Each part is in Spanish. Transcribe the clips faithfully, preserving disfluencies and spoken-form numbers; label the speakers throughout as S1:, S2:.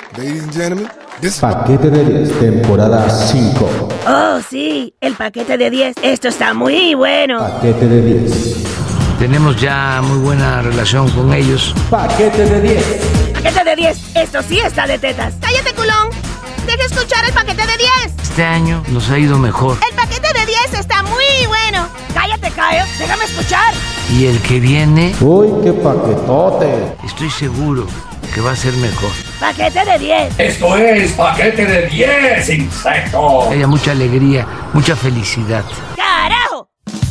S1: Ladies and gentlemen, this is...
S2: Paquete de diez, temporada cinco.
S3: Oh, sí, el paquete de diez. Esto está muy bueno.
S2: Paquete de diez.
S4: Tenemos ya muy buena relación con ellos.
S2: Paquete de diez.
S3: Paquete de diez. Esto sí está de tetas.
S5: ¡Cállate, culón! ¡Deja escuchar el paquete de diez!
S4: Este año nos ha ido mejor.
S5: ¡El paquete de diez está muy bueno!
S3: ¡Cállate, Caio! ¡Déjame escuchar!
S4: Y el que viene...
S2: ¡Uy, qué paquetote!
S4: Estoy seguro que va a ser mejor.
S3: ¡Paquete de diez!
S6: ¡Esto es Paquete de diez, insecto!
S4: Que haya mucha alegría, mucha felicidad.
S3: ¡Carajo!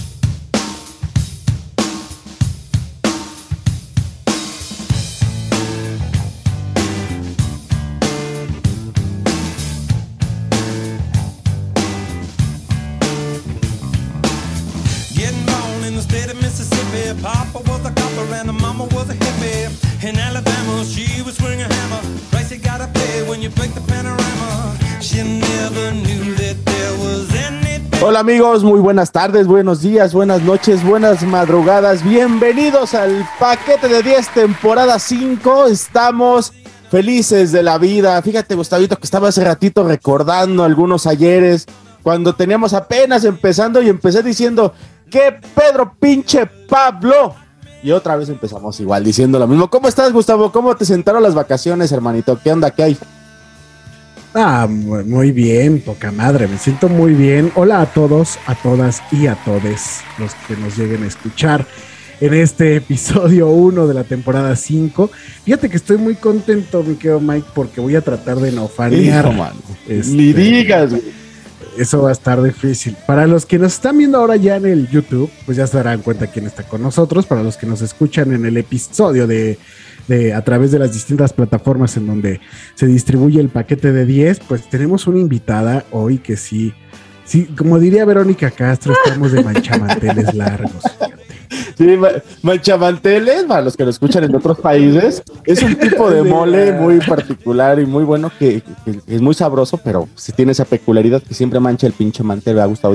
S7: Hola amigos, muy buenas tardes, buenos días, buenas noches, buenas madrugadas. Bienvenidos al Paquete de diez, temporada cinco. Estamos felices de la vida. Fíjate, Gustavito, que estaba hace ratito recordando algunos ayeres cuando teníamos apenas empezando y empecé diciendo que Pedro pinche Pablo. Y otra vez empezamos igual diciendo lo mismo. ¿Cómo estás, Gustavo? ¿Cómo te sentaron las vacaciones, hermanito? ¿Qué onda? ¿Qué hay?
S8: Ah, muy bien, poca madre, me siento muy bien. Hola a todos, a todas y a todes los que nos lleguen a escuchar en este episodio uno de la temporada cinco. Fíjate que estoy muy contento, mi querido Mike, porque voy a tratar de no fanear.
S7: Hijo, man.
S8: Este,
S7: Ni digas, güey.
S8: Eso va a estar difícil. Para los que nos están viendo ahora ya en el YouTube, pues ya se darán cuenta quién está con nosotros. Para los que nos escuchan en el episodio de... De, a través de las distintas plataformas en donde se distribuye el paquete de diez, pues tenemos una invitada hoy que sí, sí, como diría Verónica Castro, estamos de manchamanteles largos.
S7: Sí, manchamanteles, para los que lo escuchan en otros países, es un tipo de mole muy particular y muy bueno, que, que, que es muy sabroso, pero sí tiene esa peculiaridad que siempre mancha el pinche mantel, ¿verdad, Gustavo?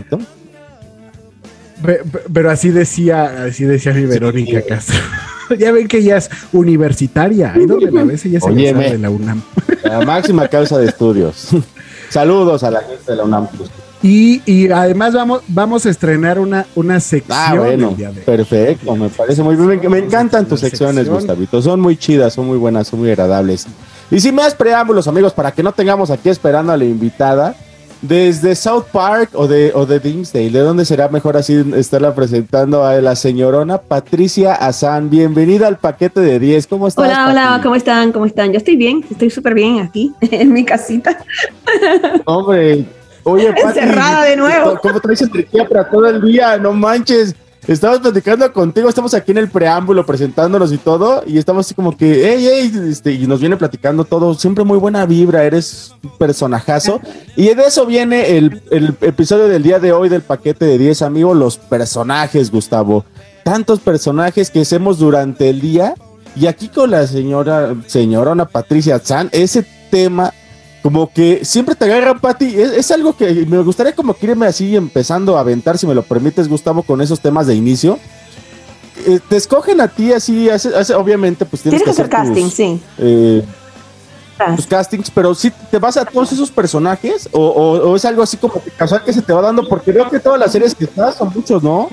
S8: Pero así decía, así decía mi Verónica sí, Castro. Ya ven que ella es universitaria, ahí donde la ves ella se
S7: Óyeme,
S8: de la UNAM.
S7: La máxima causa de estudios. Saludos a la gente de la UNAM.
S8: Y, y además vamos, vamos a estrenar una, una sección.
S7: Ah, bueno, perfecto, me parece muy bien. Me, me encantan tus secciones, sección. Gustavito. Son muy chidas, son muy buenas, son muy agradables. Y sin más preámbulos, amigos, para que no tengamos aquí esperando a la invitada, desde South Park o de, o de Dimmsdale, ¿de dónde será mejor así estarla presentando a la señorona Patricia Azán? Bienvenida al paquete de diez, ¿cómo estás?
S9: Hola, hola, Pati? ¿Cómo están? ¿Cómo están? Yo estoy bien, estoy súper bien aquí, en mi casita.
S7: Hombre, oye, Pati,
S9: encerrada de nuevo.
S7: ¿Cómo traes energía para todo el día? No manches. Estamos platicando contigo, estamos aquí en el preámbulo presentándonos y todo, y estamos así como que, hey, hey, este, y nos viene platicando todo, siempre muy buena vibra, eres un personajazo, y de eso viene el, el episodio del día de hoy del paquete de diez, amigos, los personajes, Gustavo, tantos personajes que hacemos durante el día, y aquí con la señora, señorona Patricia Azán, ese tema... Como que siempre te agarran, Pati, es, es algo que me gustaría como que irme así empezando a aventar, si me lo permites, Gustavo, con esos temas de inicio. Eh, te escogen a ti así, hace, hace, obviamente, pues tienes,
S9: tienes
S7: que
S9: hacer
S7: hacer
S9: casting,
S7: tus,
S9: sí.
S7: Eh, ah. tus castings, pero sí te vas a todos esos personajes, o, o, o es algo así como que casual que se te va dando, porque veo que todas las series que estás son muchos, ¿no?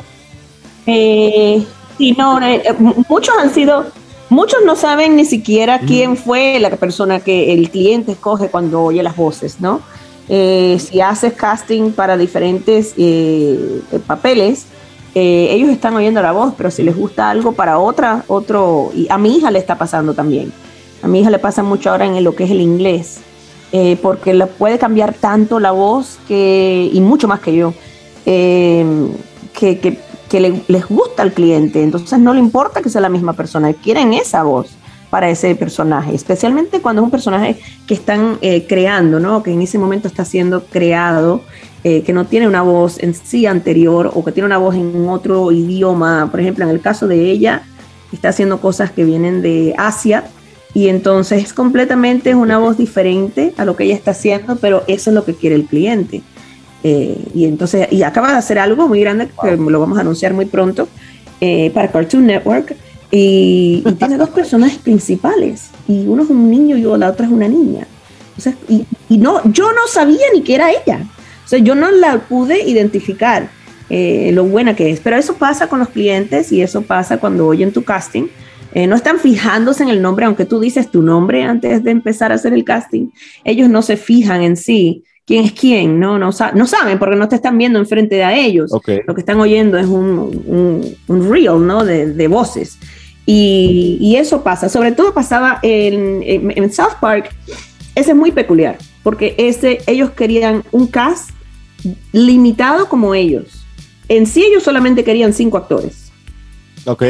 S9: Eh, sí, no, eh, muchos han sido... Muchos no saben ni siquiera quién fue la persona que el cliente escoge cuando oye las voces, ¿no? Eh, si haces casting para diferentes eh, papeles, eh, ellos están oyendo la voz, pero si les gusta algo para otra, otro... Y a mi hija le está pasando también. A mi hija le pasa mucho ahora en lo que es el inglés, eh, porque le puede cambiar tanto la voz que y mucho más que yo, eh, que... que que le, les gusta al cliente, entonces no le importa que sea la misma persona, quieren esa voz para ese personaje, especialmente cuando es un personaje que están eh, creando, ¿no? Que en ese momento está siendo creado, eh, que no tiene una voz en sí anterior o que tiene una voz en otro idioma. Por ejemplo, en el caso de ella, está haciendo cosas que vienen de Asia y entonces es completamente una voz diferente a lo que ella está haciendo, pero eso es lo que quiere el cliente. Eh, y entonces, y acaba de hacer algo muy grande que lo vamos a anunciar muy pronto eh, para Cartoon Network y, y tiene dos personajes principales y uno es un niño y la otra es una niña O sea, y, y no, yo no sabía ni que era ella. O sea, yo no la pude identificar eh, lo buena que es. Pero eso pasa con los clientes y eso pasa cuando oyen tu casting. Eh, no están fijándose en el nombre, aunque tú dices tu nombre antes de empezar a hacer el casting. Ellos no se fijan en sí quién es quién, no, no, no saben porque no te están viendo enfrente de a ellos.
S7: Okay.
S9: Lo que están oyendo es un, un, un reel, ¿no? de, de voces. Y, y eso pasa. Sobre todo pasaba en, en, en South Park. Ese es muy peculiar porque ese, ellos querían un cast limitado como ellos. En sí ellos solamente querían cinco actores.
S7: Ok.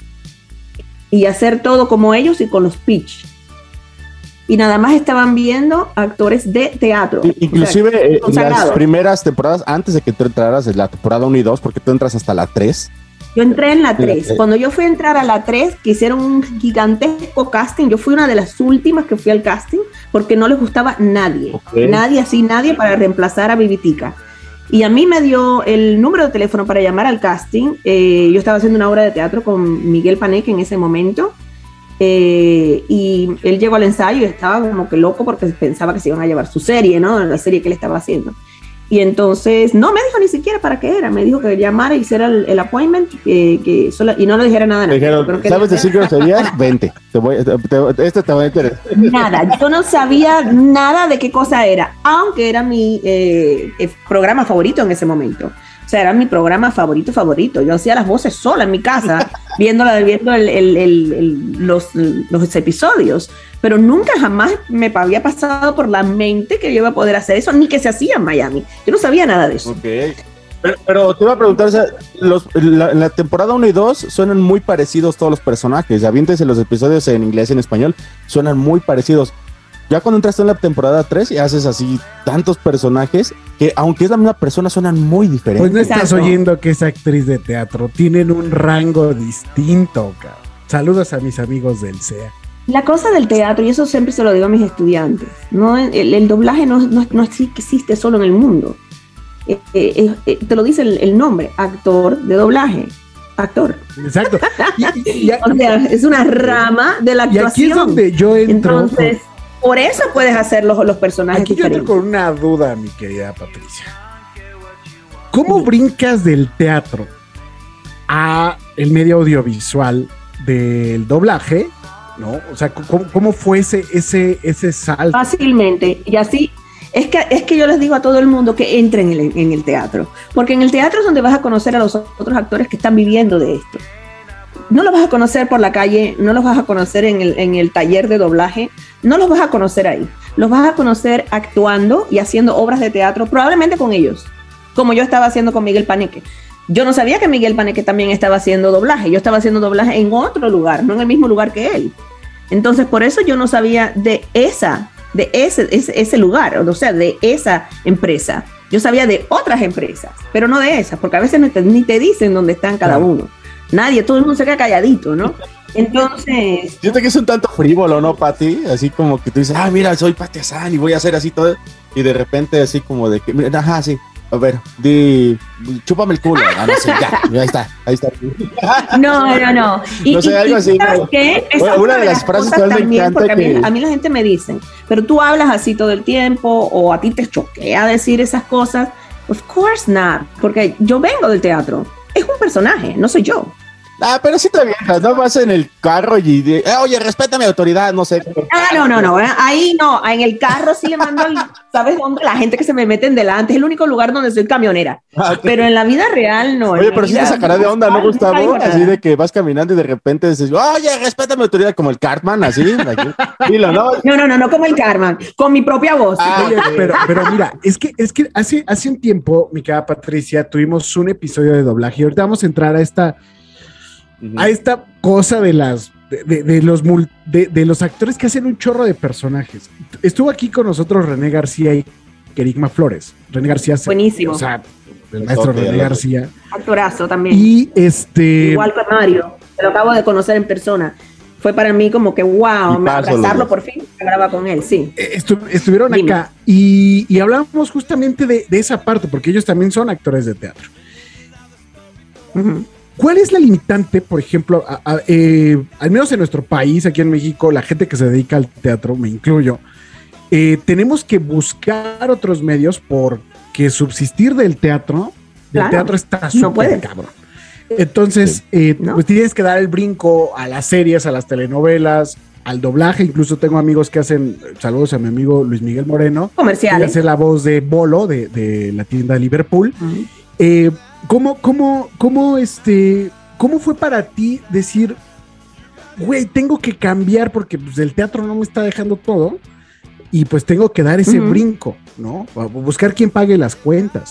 S9: Y hacer todo como ellos y con los pitch. Y nada más estaban viendo actores de teatro.
S7: Inclusive
S9: o sea,
S7: eh, las primeras temporadas, antes de que tú entraras en la temporada uno y dos, porque tú entras hasta la tres.
S9: Yo entré en la tres. Cuando yo fui a entrar a la tres, que hicieron un gigantesco casting, yo fui una de las últimas que fui al casting, porque no les gustaba nadie. Okay. Nadie, así nadie para reemplazar a Vivitica. Y a mí me dio el número de teléfono para llamar al casting. Eh, yo estaba haciendo una obra de teatro con Miguel Paneque en ese momento. Eh, y él llegó al ensayo y estaba como que loco porque pensaba que se iban a llevar su serie, ¿no? La serie que él estaba haciendo. Y entonces, no me dijo ni siquiera para qué era. Me dijo que llamara y hiciera el, el appointment que, que solo, y no le dijera nada.
S7: Me dijeron, pero que ¿sabes decir groserías? Vente. Te voy, te, te, esto te va a interesar.
S9: Nada, yo no sabía nada de qué cosa era, aunque era mi eh, eh, programa favorito en ese momento. O sea, era mi programa favorito, favorito. Yo hacía las voces sola en mi casa, viéndola, viendo el, el, el, el, los, los episodios. Pero nunca jamás me había pasado por la mente que yo iba a poder hacer eso, ni que se hacía en Miami. Yo no sabía nada de eso.
S7: Okay. Pero, pero te iba a preguntar, o sea, los, la, en la temporada uno y dos suenan muy parecidos todos los personajes. Aviéntense los episodios en inglés y en español, suenan muy parecidos. Ya cuando entraste en la temporada tres y haces así tantos personajes que, aunque es la misma persona, suenan muy diferentes.
S8: Pues no estás Exacto. oyendo que es actriz de teatro. Tienen un rango distinto, cabrón. Saludos a mis amigos del C E A.
S9: La cosa del teatro, y eso siempre se lo digo a mis estudiantes, ¿no? el, el doblaje no, no, no existe solo en el mundo. Eh, eh, eh, te lo dice el, el nombre, actor de doblaje. Actor.
S8: Exacto. Y, y, y,
S9: o sea, es una rama de la actuación.
S8: Y aquí es donde yo entro.
S9: Entonces, por eso puedes hacer los, los personajes
S8: aquí
S9: diferentes.
S8: Yo entro con una duda, mi querida Patricia. ¿Cómo sí. brincas del teatro a el medio audiovisual del doblaje? ¿No? O sea, ¿cómo, cómo fue ese, ese, ese salto?
S9: Fácilmente. Y así, es que, es que yo les digo a todo el mundo que entren en el, en el teatro. Porque en el teatro es donde vas a conocer a los otros actores que están viviendo de esto. No los vas a conocer por la calle, no los vas a conocer en el, en el taller de doblaje, no los vas a conocer ahí. Los vas a conocer actuando y haciendo obras de teatro, probablemente con ellos, como yo estaba haciendo con Miguel Paneque. Yo no sabía que Miguel Paneque también estaba haciendo doblaje, yo estaba haciendo doblaje en otro lugar, no en el mismo lugar que él. Entonces, por eso yo no sabía de esa, de ese, ese, ese lugar, o sea, de esa empresa. Yo sabía de otras empresas, pero no de esas, porque a veces ni te, ni te dicen dónde están cada claro. uno. Nadie, todo el mundo se queda calladito, ¿no? Entonces...
S7: Siento que es un tanto frívolo, ¿no, Pati? Así como que tú dices, ah, mira, soy Pati Azán y voy a hacer así todo. Y de repente así como de que, mira, ajá, sí. A ver, di, chúpame el culo. Ah, no sé, ya, ya, ahí está, ahí está.
S9: No, no, no. Y,
S7: no sé,
S9: y,
S7: algo
S9: y,
S7: así.
S9: ¿sabes
S7: ¿no?
S9: qué?
S7: Bueno, una, una de las frases que me encanta que...
S9: A mí, a mí la gente me dice, pero tú hablas así todo el tiempo o a ti te choquea decir esas cosas. Of course not, porque yo vengo del teatro. Es un personaje, no soy yo.
S7: Ah, pero sí te vienes, no vas en el carro y de, eh, oye, respeta mi autoridad, no sé.
S9: Ah, no, no, no, ahí no, en el carro sí le mando, el, ¿sabes dónde? La gente que se me mete en delante, es el único lugar donde soy camionera, ah, okay. Pero en la vida real no.
S7: Oye, pero sí te sacará de onda, ¿no, Gustavo? Así de que vas caminando y de repente dices, oye, respeta mi autoridad, como el Cartman, así. Dilo, ¿no?
S9: No, no, no, no como el Cartman, con mi propia voz.
S8: Ah, oye, pero, pero mira, es que, es que hace, hace un tiempo, mi querida Patricia, tuvimos un episodio de doblaje y ahorita vamos a entrar a esta... Uh-huh. a esta cosa de las de, de, de los de, de los actores que hacen un chorro de personajes. Estuvo aquí con nosotros René García y Kerigma Flores. René García,
S9: buenísimo.
S8: O sea, el maestro René García.
S9: Actorazo también.
S8: Y este
S9: igual que Mario, que lo acabo de conocer en persona. Fue para mí como que wow, me abrazarlo por fin, grababa con él, sí.
S8: Estu- estuvieron Dime. acá y, y hablamos justamente de, de esa parte, porque ellos también son actores de teatro. Uh-huh. ¿Cuál es la limitante, por ejemplo, a, a, eh, al menos en nuestro país, aquí en México, la gente que se dedica al teatro, me incluyo, eh, tenemos que buscar otros medios porque subsistir del teatro, del
S9: Claro,
S8: teatro está
S9: no
S8: súper
S9: puedes.
S8: cabrón. Entonces, eh,
S9: ¿No?
S8: pues tienes que dar el brinco a las series, a las telenovelas, al doblaje. Incluso tengo amigos que hacen, saludos a mi amigo Luis Miguel Moreno, que
S9: Comerciales.
S8: hace la voz de Bolo de, de la tienda de Liverpool.
S9: Ujú.
S8: Eh, ¿cómo, cómo, cómo, este, ¿Cómo fue para ti decir, güey, tengo que cambiar porque pues, el teatro no me está dejando todo y pues tengo que dar ese
S9: Ujú.
S8: brinco, ¿no? A buscar quién pague las cuentas.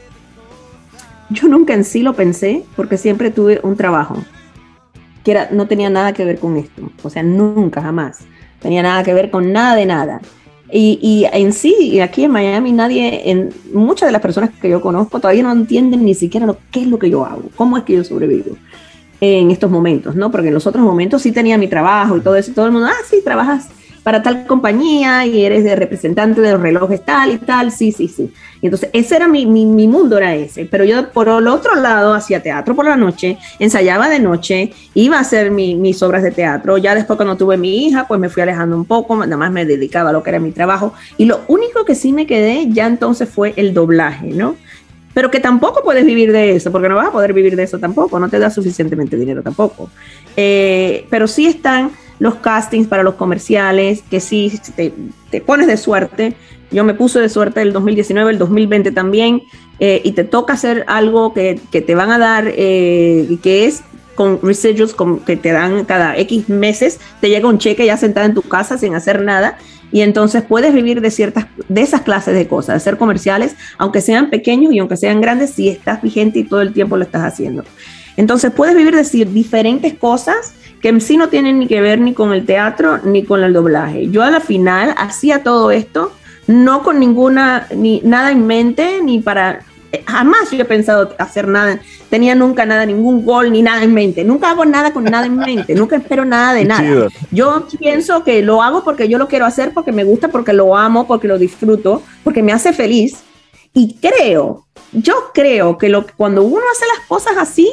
S9: Yo nunca en sí lo pensé porque siempre tuve un trabajo que era, no tenía nada que ver con esto. O sea, nunca, jamás. Tenía nada que ver con nada de nada. Y, y en sí, aquí en Miami, nadie, en, muchas de las personas que yo conozco todavía no entienden ni siquiera lo, qué es lo que yo hago, cómo es que yo sobrevivo en estos momentos, ¿no? Porque en los otros momentos sí tenía mi trabajo y todo eso, y todo el mundo, ah, sí, trabajas para tal compañía y eres de representante de los relojes tal y tal, sí, sí, sí. Y entonces ese era mi, mi, mi mundo, era ese. Pero yo por el otro lado hacía teatro por la noche, ensayaba de noche, iba a hacer mi, mis obras de teatro. Ya después cuando tuve mi hija, pues me fui alejando un poco, nada más me dedicaba a lo que era mi trabajo. Y lo único que sí me quedé ya entonces fue el doblaje, ¿no? Pero que tampoco puedes vivir de eso, porque no vas a poder vivir de eso tampoco, no te da suficientemente dinero tampoco. Eh, pero sí están los castings para los comerciales, que sí te, te pones de suerte. Yo me puse de suerte el dos mil diecinueve, el dos mil veinte también, eh, y te toca hacer algo que, que te van a dar, eh, que es con residuals con, que te dan cada X meses, te llega un cheque ya sentada en tu casa sin hacer nada, y entonces puedes vivir de ciertas, de esas clases de cosas, de hacer comerciales, aunque sean pequeños y aunque sean grandes, si estás vigente y todo el tiempo lo estás haciendo. Entonces puedes vivir de decir, diferentes cosas que en sí no tienen ni que ver ni con el teatro ni con el doblaje. Yo a la final hacía todo esto, no con ninguna, ni nada en mente, ni para, jamás yo he pensado hacer nada, tenía nunca nada, ningún gol, ni nada en mente, nunca hago nada con nada en mente, nunca espero nada de nada.
S7: Chido.
S9: Yo pienso que lo hago porque yo lo quiero hacer, porque me gusta, porque lo amo, porque lo disfruto, porque me hace feliz, y creo, yo creo que lo, cuando uno hace las cosas así,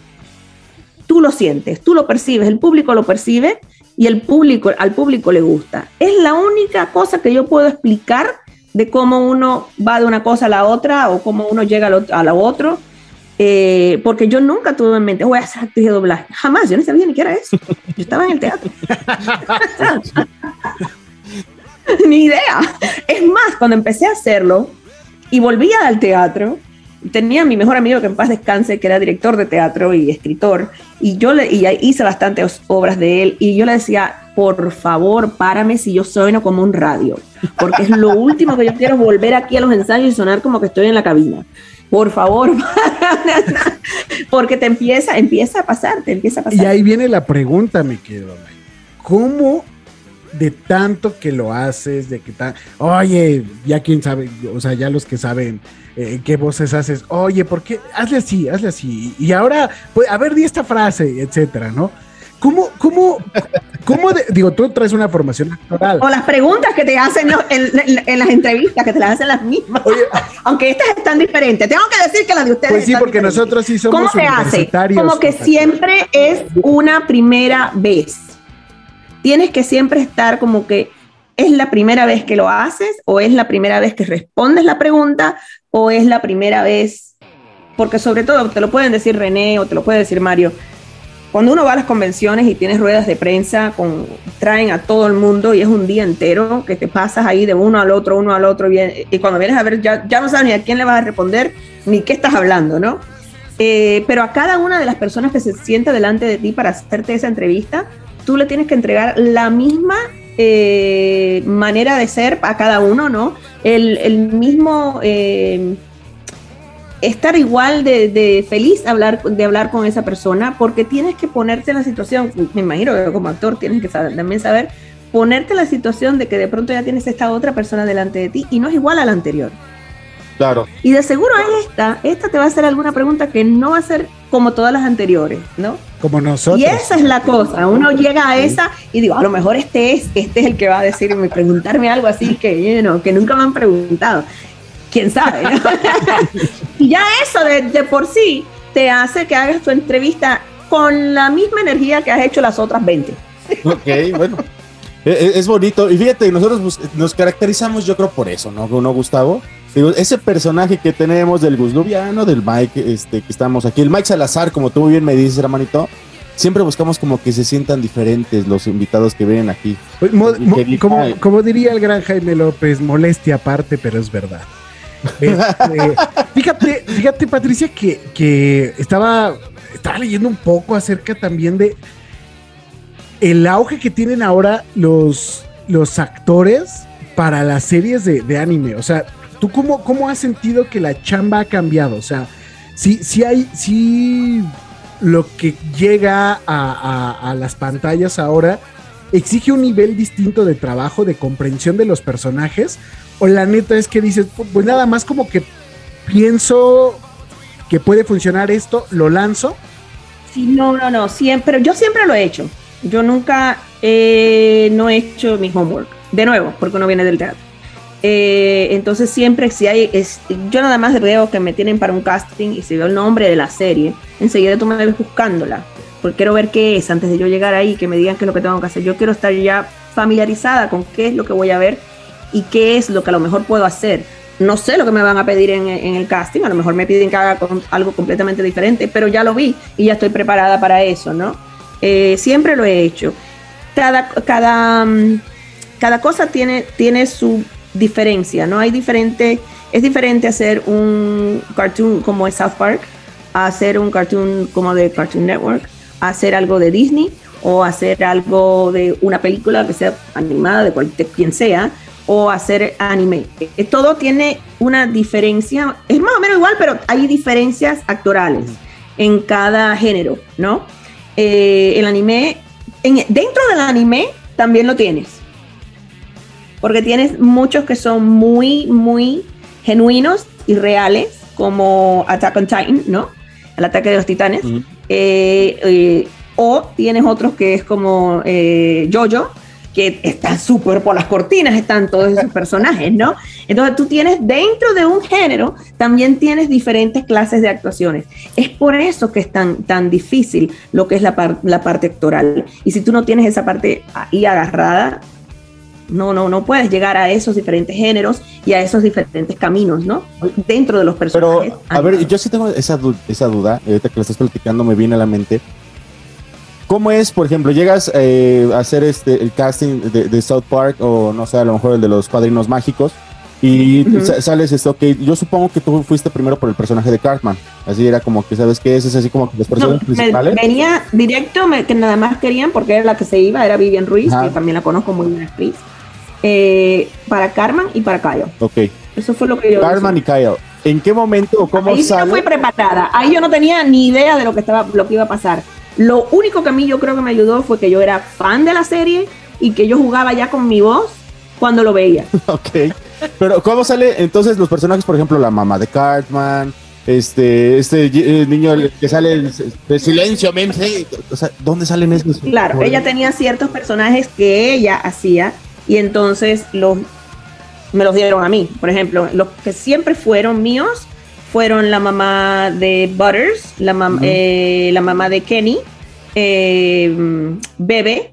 S9: tú lo sientes, tú lo percibes, el público lo percibe y el público, al público le gusta. Es la única cosa que yo puedo explicar de cómo uno va de una cosa a la otra o cómo uno llega a lo, a lo otro, eh, porque yo nunca tuve en mente, voy a ser actriz de doblaje. Jamás, yo no sabía ni qué era eso. Yo estaba en el teatro. Ni idea. Es más, cuando empecé a hacerlo y volvía al teatro, tenía a mi mejor amigo que en paz descanse, que era director de teatro y escritor, y yo le y hice bastantes obras de él, y yo le decía, por favor, párame si yo sueno como un radio, porque es lo último que yo quiero, volver aquí a los ensayos y sonar como que estoy en la cabina. Por favor, porque te empieza, empieza a pasar, te empieza a pasar.
S8: Y ahí viene la pregunta, mi querido May. ¿Cómo de tanto que lo haces, de que tan, oye, ya quién sabe, o sea, ya los que saben eh, qué voces haces, oye, ¿por qué? Hazle así, hazle así, y ahora, pues, a ver, di esta frase, etcétera, ¿no? ¿Cómo, cómo, cómo, de, digo, tú traes una formación actoral?
S9: O las preguntas que te hacen ¿no? en, en, en las entrevistas, que te las hacen las mismas.
S8: Oye,
S9: aunque estas están diferentes. Tengo que decir que las de ustedes
S8: pues sí,
S9: están
S8: porque
S9: diferentes.
S8: nosotros sí somos
S9: ¿Cómo se hace?
S8: universitarios.
S9: Como que siempre es una primera vez. Tienes que siempre estar como que es la primera vez que lo haces, o es la primera vez que respondes la pregunta, o es la primera vez, porque sobre todo te lo pueden decir René o te lo puede decir Mario. Cuando uno va a las convenciones y tienes ruedas de prensa, con, traen a todo el mundo y es un día entero que te pasas ahí de uno al otro, uno al otro, y, y cuando vienes a ver ya, ya no sabes ni a quién le vas a responder, ni qué estás hablando, ¿no? Eh, pero a cada una de las personas que se sienta delante de ti para hacerte esa entrevista, tú le tienes que entregar la misma eh, manera de ser a cada uno, ¿no? El, el mismo... Eh, estar igual de, de feliz hablar, de hablar con esa persona, porque tienes que ponerte en la situación, me imagino que como actor tienes que saber, también saber ponerte en la situación de que de pronto ya tienes esta otra persona delante de ti y no es igual a la anterior.
S7: Claro.
S9: Y de seguro esta, esta te va a hacer alguna pregunta que no va a ser como todas las anteriores, ¿no?
S8: Como nosotros.
S9: Y esa es la cosa, uno llega a esa y digo, a lo mejor este es, este es el que va a decirme, preguntarme algo así que, you know, que nunca me han preguntado. ¿Quién sabe? ¿no? Y ya eso de, de por sí te hace que hagas tu entrevista con la misma energía que has hecho las otras veinte.
S7: Ok, bueno. Es, es bonito. Y fíjate, nosotros bus- nos caracterizamos, yo creo, por eso, ¿no, ¿no, Gustavo? Digo, ese personaje que tenemos del Gus Lubiano, del Mike, este, que estamos aquí, el Mike Salazar, como tú muy bien me dices, hermanito, siempre buscamos como que se sientan diferentes los invitados que vienen aquí.
S8: Pues, mo-
S7: Y
S8: mo-
S7: que diga,
S8: como,
S7: "Ay".
S8: como diría el gran Jaime López, molestia aparte, pero es verdad. Este, fíjate, fíjate, Patricia, que, que estaba, estaba leyendo un poco acerca también de el auge que tienen ahora los, los actores para las series de, de anime. O sea, ¿tú cómo, cómo has sentido que la chamba ha cambiado? O sea, sí, sí hay, sí lo que llega a, a, a las pantallas ahora exige un nivel distinto de trabajo, de comprensión de los personajes, o la neta es que dices, pues nada más como que pienso que puede funcionar esto, lo lanzo.
S9: Sí, no, no, no, siempre, yo siempre lo he hecho. Yo nunca eh, no he hecho mi homework. De nuevo, porque uno viene del teatro. Eh, entonces siempre si hay, es, yo nada más veo que me tienen para un casting y si veo el nombre de la serie, enseguida tú me ves buscándola, porque quiero ver qué es antes de yo llegar ahí, que me digan qué es lo que tengo que hacer. Yo quiero estar ya familiarizada con qué es lo que voy a ver y qué es lo que a lo mejor puedo hacer. No sé lo que me van a pedir en, en el casting, a lo mejor me piden que haga con, algo completamente diferente, pero ya lo vi y ya estoy preparada para eso, ¿no? Eh, siempre lo he hecho. Cada, cada, cada cosa tiene, tiene su diferencia, ¿no? Hay diferente, es diferente hacer un cartoon como es South Park, a hacer un cartoon como de Cartoon Network, a hacer algo de Disney, o hacer algo de una película que sea animada, de cual, de quien sea, o hacer anime. Eh, todo tiene una diferencia, es más o menos igual, pero hay diferencias actorales en cada género, ¿no? Eh, el anime, en, dentro del anime también lo tienes, porque tienes muchos que son muy, muy genuinos y reales, como Attack on Titan, ¿no? El ataque de los titanes. Uh-huh. eh, eh, o tienes otros que es como eh, JoJo, que están súper por las cortinas, están todos esos personajes, ¿no? Entonces tú tienes dentro de un género, también tienes diferentes clases de actuaciones. Es por eso que es tan, tan difícil lo que es la, par- la parte actoral. Y si tú no tienes esa parte ahí agarrada, no, no, no puedes llegar a esos diferentes géneros y a esos diferentes caminos, ¿no? Dentro de los personajes.
S7: Pero, a ver, yo sí tengo esa, du- esa duda, ahorita que lo estás platicando me viene a la mente. ¿Cómo es, por ejemplo, llegas eh, a hacer este el casting de, de South Park o no sé, a lo mejor el de los Padrinos Mágicos y uh-huh. sa- sales esto, ok, yo supongo que tú fuiste primero por el personaje de Cartman, así era como que, ¿sabes qué es? Es así como que los personajes
S9: no,
S7: principales.
S9: Me, venía directo, me, que nada más querían, porque era la que se iba, era Vivian Ruiz, Ajá. que también la conozco, muy buena actriz, eh, para Cartman y para Kyle.
S7: Ok.
S9: Eso fue lo que yo
S7: Cartman y Kyle. ¿En qué momento o cómo
S9: ahí
S7: sale?
S9: Ahí yo fui preparada, ahí yo no tenía ni idea de lo que estaba, lo que iba a pasar. Lo único que a mí yo creo que me ayudó fue que yo era fan de la serie y que yo jugaba ya con mi voz cuando lo veía.
S7: Ok. Pero ¿cómo sale entonces los personajes, por ejemplo, la mamá de Cartman, este, este eh, niño que sale de silencio, men, o sea, ¿dónde salen esos?
S9: Claro, ella tenía ciertos personajes que ella hacía y entonces los, me los dieron a mí. Por ejemplo, los que siempre fueron míos fueron la mamá de Butters, la, mam- uh-huh. eh, la mamá de Kenny, eh, Bebe,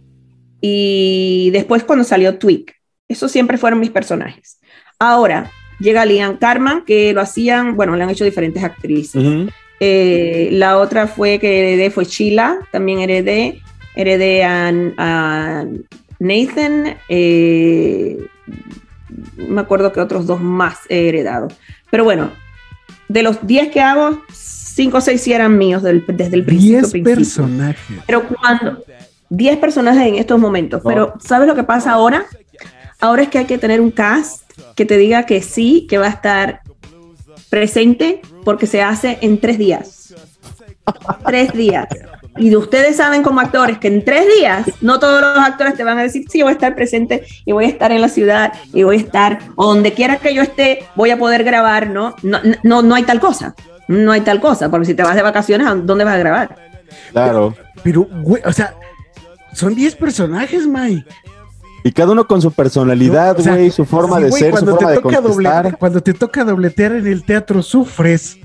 S9: y después cuando salió Tweak. Esos siempre fueron mis personajes. Ahora, llega Liam Cartman, que lo hacían, bueno, le han hecho diferentes actrices. Uh-huh. Eh, la otra fue que heredé fue Sheila, también heredé, heredé a, a Nathan, eh, me acuerdo que otros dos más he heredado. Pero bueno, de los diez que hago, cinco o seis sí eran míos del, desde el principio.
S8: diez personajes.
S9: Pero cuando... diez personajes en estos momentos. Oh. Pero ¿sabes lo que pasa ahora? Ahora es que hay que tener un cast que te diga que sí, que va a estar presente, porque se hace en tres días. Tres días. Y ustedes saben como actores que en tres días no todos los actores te van a decir sí, yo voy a estar presente y voy a estar en la ciudad y voy a estar o donde quiera que yo esté, voy a poder grabar, ¿no? No, no, no hay tal cosa. No hay tal cosa, porque si te vas de vacaciones, ¿dónde vas a grabar?
S7: Claro.
S8: Pero, güey, o sea, son diez personajes, Mike.
S7: Y cada uno con su personalidad, güey, no, o sea, su forma sí, de wey, ser, su forma de contestar.
S8: Doble, cuando te toca dobletear en el teatro, sufres.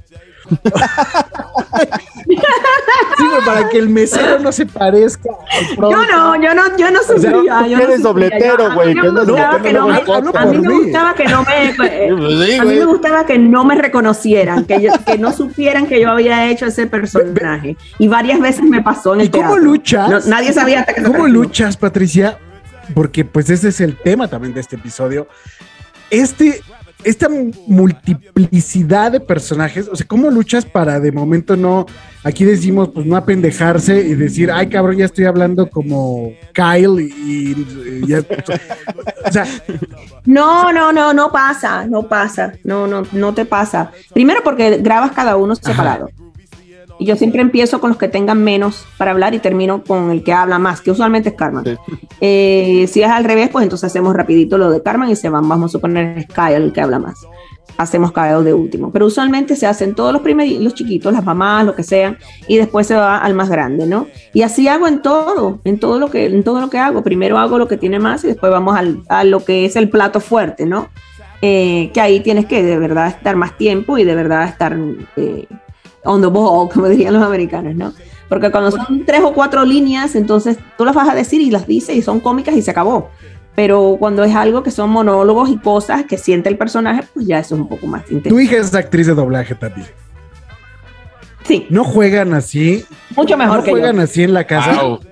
S8: Sí, güey, para que el mesero no se parezca.
S9: Yo no, yo no, yo no sufría.
S7: O sea, tú
S9: yo no
S7: eres
S9: sufría.
S7: dobletero, güey,
S9: A mí
S7: que
S9: me
S7: no-
S9: gustaba
S7: no-
S9: que
S7: no
S9: no
S7: me
S9: me-
S7: importa
S9: a mí
S8: por
S9: me
S8: mí.
S9: gustaba que no me, eh,
S7: Pues sí,
S9: a mí
S7: güey.
S9: me gustaba que no me reconocieran, que, yo- que no supieran que yo había hecho ese personaje. Y varias veces me pasó en el
S8: ¿Y cómo
S9: teatro.
S8: luchas?
S9: No, nadie sabía hasta que se
S8: ¿Cómo
S9: terminó.
S8: luchas, Patricia? Porque pues ese es el tema también de este episodio. Este, esta multiplicidad de personajes, o sea, ¿cómo luchas para de momento no, aquí decimos, pues no apendejarse y decir, ay cabrón, ya estoy hablando como Kyle y, y ya, o sea,
S9: No, no, no, no pasa, no pasa, no, no, no te pasa. Primero porque grabas cada uno separado. Y yo siempre empiezo con los que tengan menos para hablar y termino con el que habla más, que usualmente es Carmen.
S7: Sí.
S9: Eh, si es al revés, pues entonces hacemos rapidito lo de Carmen y se van, vamos a suponer es Kyle el que habla más. Hacemos Kyle de último. Pero usualmente se hacen todos los primeros, los chiquitos, las mamás, lo que sean, y después se va al más grande, ¿no? Y así hago en todo, en todo lo que, en todo lo que hago. Primero hago lo que tiene más y después vamos al, a lo que es el plato fuerte, ¿no? Eh, que ahí tienes que de verdad estar más tiempo y de verdad estar eh, on the ball, como dirían los americanos, ¿no? Porque cuando son tres o cuatro líneas, entonces tú las vas a decir y las dices y son cómicas y se acabó. Pero cuando es algo que son monólogos y cosas que siente el personaje, pues ya eso es un poco más intenso.
S8: tu hija es actriz de doblaje también.
S9: Sí,
S8: No juegan así,
S9: mucho mejor
S8: no
S9: que
S8: juegan
S9: yo.
S8: así en la casa.
S7: Wow.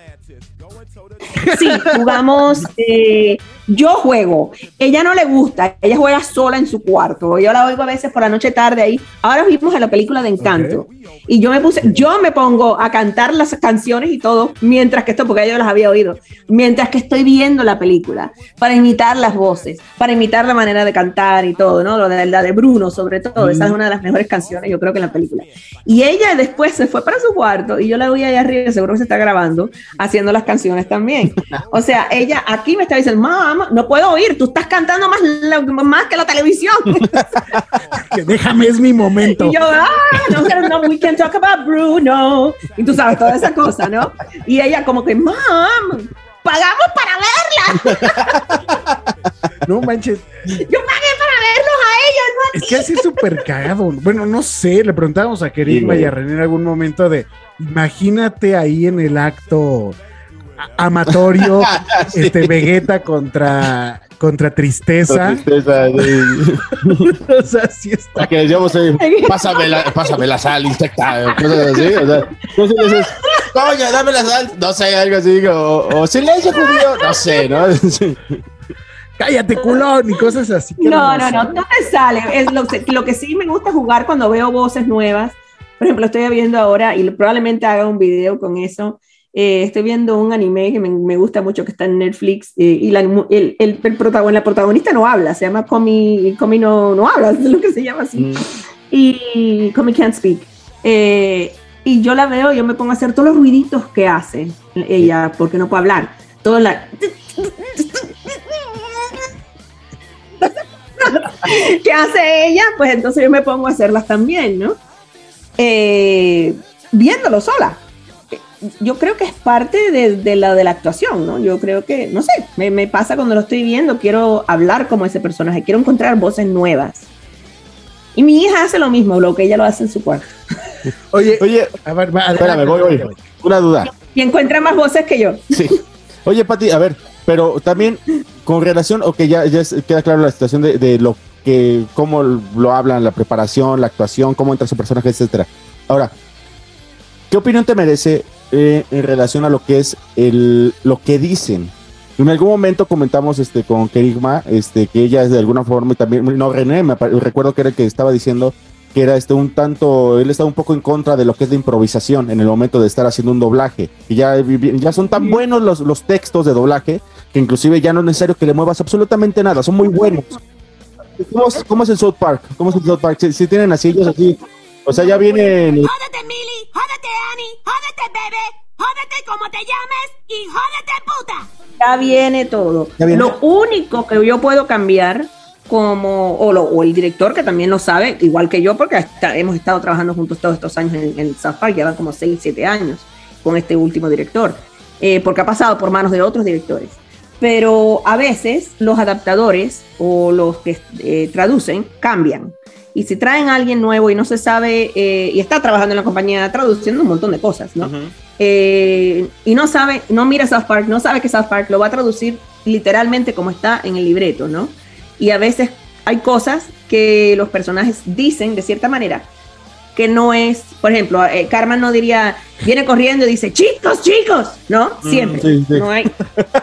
S9: Sí, jugamos. Eh, yo juego. Ella no le gusta. Ella juega sola en su cuarto. Yo la oigo a veces por la noche tarde ahí. Ahora vimos en la película de Encanto.
S8: Ok.
S9: Y yo me puse, yo me pongo a cantar las canciones y todo mientras que esto, porque yo las había oído, mientras que estoy viendo la película, para imitar las voces, para imitar la manera de cantar y todo, ¿no? Lo de la de Bruno, sobre todo. Esa es una de las mejores canciones, yo creo que en la película. Y ella después se fue para su cuarto y yo la oí allá arriba, seguro que se está grabando, haciendo las canciones también. O sea, ella aquí me está diciendo, mamá, no puedo oír, tú estás cantando más, la- más que la televisión.
S8: Que déjame, es mi momento.
S9: Y yo, ah, no, no, no, we can talk about Bruno. Y tú sabes, toda esa cosa, ¿no? Y ella como que, mam, pagamos para verla.
S8: No manches.
S9: Yo pagué para verlos a ellos, ¿no?
S8: Es que así es súper cagado. Bueno, no sé, le preguntábamos a Kerigma
S7: Sí,
S8: y a René en algún momento de, imagínate ahí en el acto a- amatorio,
S7: Sí.
S8: este Vegeta contra, contra Tristeza.
S7: La tristeza, sí.
S8: O sea, sí está.
S7: Para que decíamos, eh, pásame, la, pásame la sal insecta, cosas así, o sea, entonces dices, coño, dame la sal, no sé, algo así, o, o silencio judío, no sé, ¿no? Sí.
S8: Cállate, culón, y cosas así. Qué
S9: No,
S8: hermoso.
S9: no, no, no te sale. Es lo, lo que sí me gusta jugar cuando veo voces nuevas. Por ejemplo, estoy viendo ahora, y probablemente haga un video con eso. Eh, estoy viendo un anime que me, me gusta mucho, que está en Netflix, eh, y la, el, el, el protagon, la protagonista no habla, se llama Komi, Komi no, no habla, es lo que se llama así.
S7: Mm.
S9: Y Komi can't speak. Eh, y yo la veo, yo me pongo a hacer todos los ruiditos que hace ella, porque no puede hablar. Todo la... ¿Qué hace ella? Pues entonces yo me pongo a hacerlas también, ¿no? Eh, viéndolo sola. Yo creo que es parte de, de la de la actuación, ¿no? Yo creo que, no sé, me, me pasa cuando lo estoy viendo, quiero hablar como ese personaje, quiero encontrar voces nuevas. Y mi hija hace lo mismo, lo que ella lo hace en su cuarto.
S8: Oye,
S7: Oye,
S8: a ver, va,
S7: espérame, voy, voy, una duda.
S9: Y encuentra más voces que yo.
S7: Sí. Oye, Pati, a ver, pero también con relación, ok, ya, ya es- queda claro la situación de, de lo que, cómo lo hablan, la preparación, la actuación, cómo entra su personaje, etcétera. Ahora, ¿qué opinión te merece eh, en relación a lo que es el, lo que dicen? En algún momento comentamos este, con Kerigma este, que ella es de alguna forma, y también, no, René, me apare- recuerdo que era el que estaba diciendo que era este un tanto, él estaba un poco en contra de lo que es la improvisación en el momento de estar haciendo un doblaje. Y ya, ya son tan buenos los, los textos de doblaje que inclusive ya no es necesario que le muevas absolutamente nada, son muy buenos. ¿Cómo es, cómo es el South Park? ¿Cómo es el South Park? Si, si tienen así, ellos así, o sea, ya vienen...
S5: Jódete, Millie, jódete, Annie, jódete, bebé, jódete como te llames y jódete, puta.
S9: Ya viene todo.
S7: Ya viene.
S9: Lo único que yo puedo cambiar, como, o, lo, o el director que también lo sabe, igual que yo, porque está- hemos estado trabajando juntos todos estos años en, en South Park, ya van como seis, siete años con este último director, eh, porque ha pasado por manos de otros directores. Pero a veces los adaptadores o los que eh, traducen cambian. Y si traen a alguien nuevo y no se sabe, eh, y está trabajando en la compañía traduciendo un montón de cosas, ¿no? Uh-huh. eh, y no sabe, no mira South Park, no sabe que South Park lo va a traducir literalmente como está en el libreto, ¿no? Y a veces hay cosas que los personajes dicen de cierta manera que no es, por ejemplo, eh, Carmen no diría, viene corriendo y dice, chicos, chicos, ¿no? Siempre, mm, sí, sí. No hay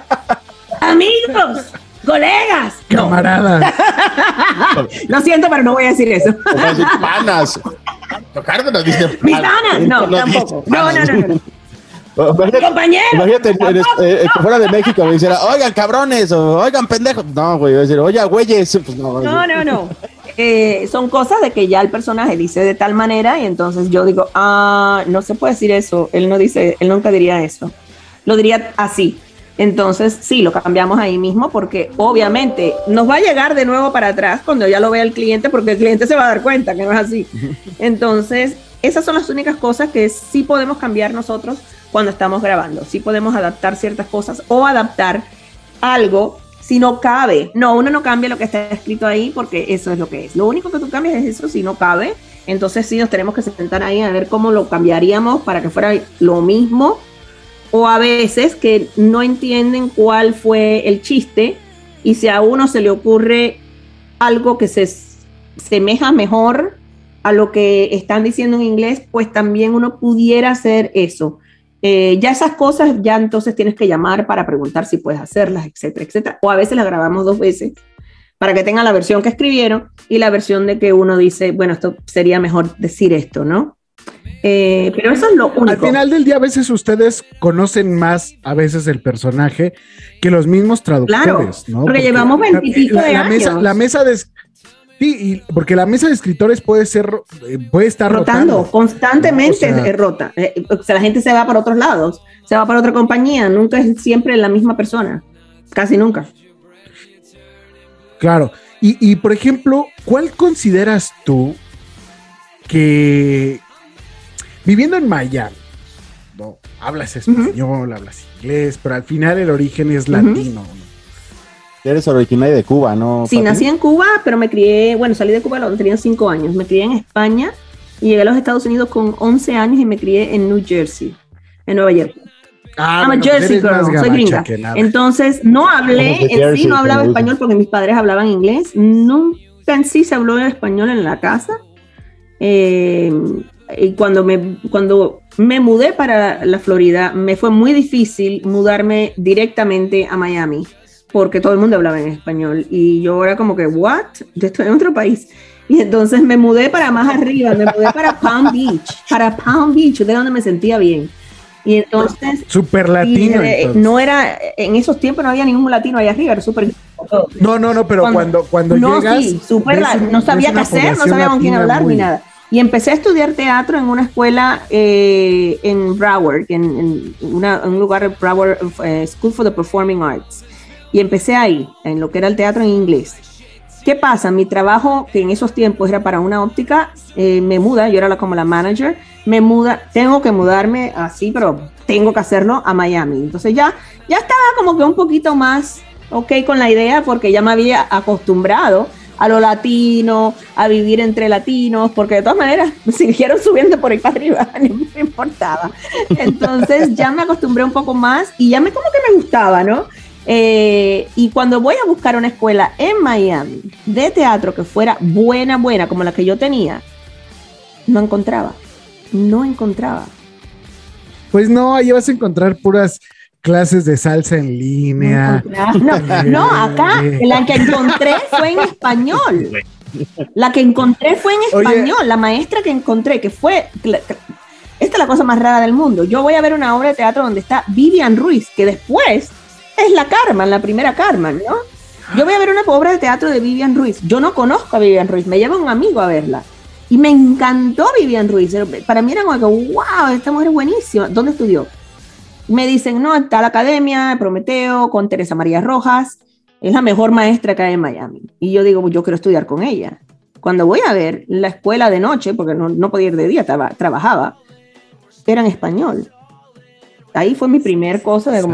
S9: amigos, colegas,
S8: camaradas.
S9: No. Lo siento, pero no voy a decir eso.
S7: Panas. Cárdenas dice panas.
S9: Mis panas, no, no tampoco. No, no, no, no.
S7: Imagínate,
S9: compañero.
S7: Imagínate eres, eh, que fuera de México me dijera, oigan cabrones o oigan pendejos. No, güey, voy a decir, oye, güeyes. Pues no,
S9: no, no, no. Eh, son cosas de que ya el personaje dice de tal manera y entonces yo digo, ah, no se puede decir eso. Él no dice, él nunca diría eso. Lo diría así. Entonces, sí, lo cambiamos ahí mismo porque obviamente nos va a llegar de nuevo para atrás cuando ya lo vea el cliente porque el cliente se va a dar cuenta que no es así. Entonces, esas son las únicas cosas que sí podemos cambiar nosotros cuando estamos grabando. Sí podemos adaptar ciertas cosas o adaptar algo si no cabe. No, uno no cambia lo que está escrito ahí porque eso es lo que es. Lo único que tú cambias es eso si no cabe. Entonces sí nos tenemos que sentar ahí a ver cómo lo cambiaríamos para que fuera lo mismo. O a veces que no entienden cuál fue el chiste y si a uno se le ocurre algo que se semeja mejor a lo que están diciendo en inglés, pues también uno pudiera hacer eso. Eh, ya esas cosas, ya entonces tienes que llamar para preguntar si puedes hacerlas, etcétera, etcétera. O a veces las grabamos dos veces para que tengan la versión que escribieron y la versión de que uno dice, bueno, esto sería mejor decir esto, ¿no? Eh, pero eso es lo único.
S8: Al final del día, a veces ustedes conocen más a veces el personaje que los mismos traductores,
S9: claro,
S8: ¿no?
S9: Porque, porque llevamos veintipico de
S8: la
S9: años.
S8: Mesa, la mesa de... Sí, y porque la mesa de escritores puede ser, puede estar
S9: rotando,
S8: rotando.
S9: constantemente,
S8: ¿no? O sea,
S9: rota. Eh, o sea, la gente se va para otros lados, se va para otra compañía, nunca es siempre la misma persona, casi nunca.
S8: Claro, y, y por ejemplo, ¿cuál consideras tú que viviendo en Miami, no hablas español, uh-huh. hablas inglés, pero al final el origen es uh-huh. latino, ¿no?
S7: Eres originaria de Cuba, ¿no?
S9: Sí,
S7: Pati?
S9: Nací en Cuba, pero me crié, bueno, salí de Cuba cuando tenía cinco años. Me crié en España y llegué a los Estados Unidos con once años y me crié en New Jersey, en Nueva York.
S8: Ah,
S9: I'm
S8: bueno,
S9: a Jersey
S8: pues
S9: girl, soy gringa. Entonces, no hablé en Jersey, sí, no hablaba español porque mis padres hablaban inglés. Nunca en sí se habló español en la casa. Eh, y cuando me, cuando me mudé para la Florida, me fue muy difícil mudarme directamente a Miami, porque todo el mundo hablaba en español y yo era como que, ¿what? Yo estoy en otro país. Y entonces me mudé para más arriba, me mudé para Palm Beach, para Palm Beach, de donde me sentía bien. Y entonces...
S8: Súper latino.
S9: Y, eh, no era, en esos tiempos no había ningún latino allá arriba, era súper...
S8: No, no, no, pero cuando, cuando, cuando
S9: no,
S8: llegas...
S9: Sí, súper latino, no sabía qué hacer, no sabía con quién hablar muy... ni nada. Y empecé a estudiar teatro en una escuela eh, en Broward, en, en, una, en un lugar de Broward, uh, School for the Performing Arts. Y empecé ahí, en lo que era el teatro en inglés. ¿Qué pasa? Mi trabajo, que en esos tiempos era para una óptica, eh, me muda, yo era la, como la manager, me muda, tengo que mudarme así, pero tengo que hacerlo a Miami. Entonces ya, ya estaba como que un poquito más ok con la idea, porque ya me había acostumbrado a lo latino, a vivir entre latinos, porque de todas maneras me siguieron subiendo por ahí para arriba, no me importaba. Entonces ya me acostumbré un poco más y ya me como que me gustaba, ¿no? Eh, y cuando voy a buscar una escuela en Miami de teatro que fuera buena, buena, como la que yo tenía, no encontraba, no encontraba.
S8: Pues no, ahí vas a encontrar puras clases de salsa en línea.
S9: No, no, no, acá la que encontré fue en español. La que encontré fue en español. Oye, la maestra que encontré, que fue... Esta es la cosa más rara del mundo. Yo voy a ver una obra de teatro donde está Vivian Ruiz, que después es la Carmen, la primera Carmen, ¿no? Yo voy a ver una obra de teatro de Vivian Ruiz. Yo no conozco a Vivian Ruiz, me lleva un amigo a verla. Y me encantó Vivian Ruiz. Para mí era como que, wow, esta mujer es buenísima. ¿Dónde estudió? Me dicen, no, está la Academia, Prometeo, con Teresa María Rojas. Es la mejor maestra que hay en Miami. Y yo digo, yo quiero estudiar con ella. Cuando voy a ver la escuela de noche, porque no, no podía ir de día, traba, trabajaba, era en español. Ahí fue mi primer cosa de como...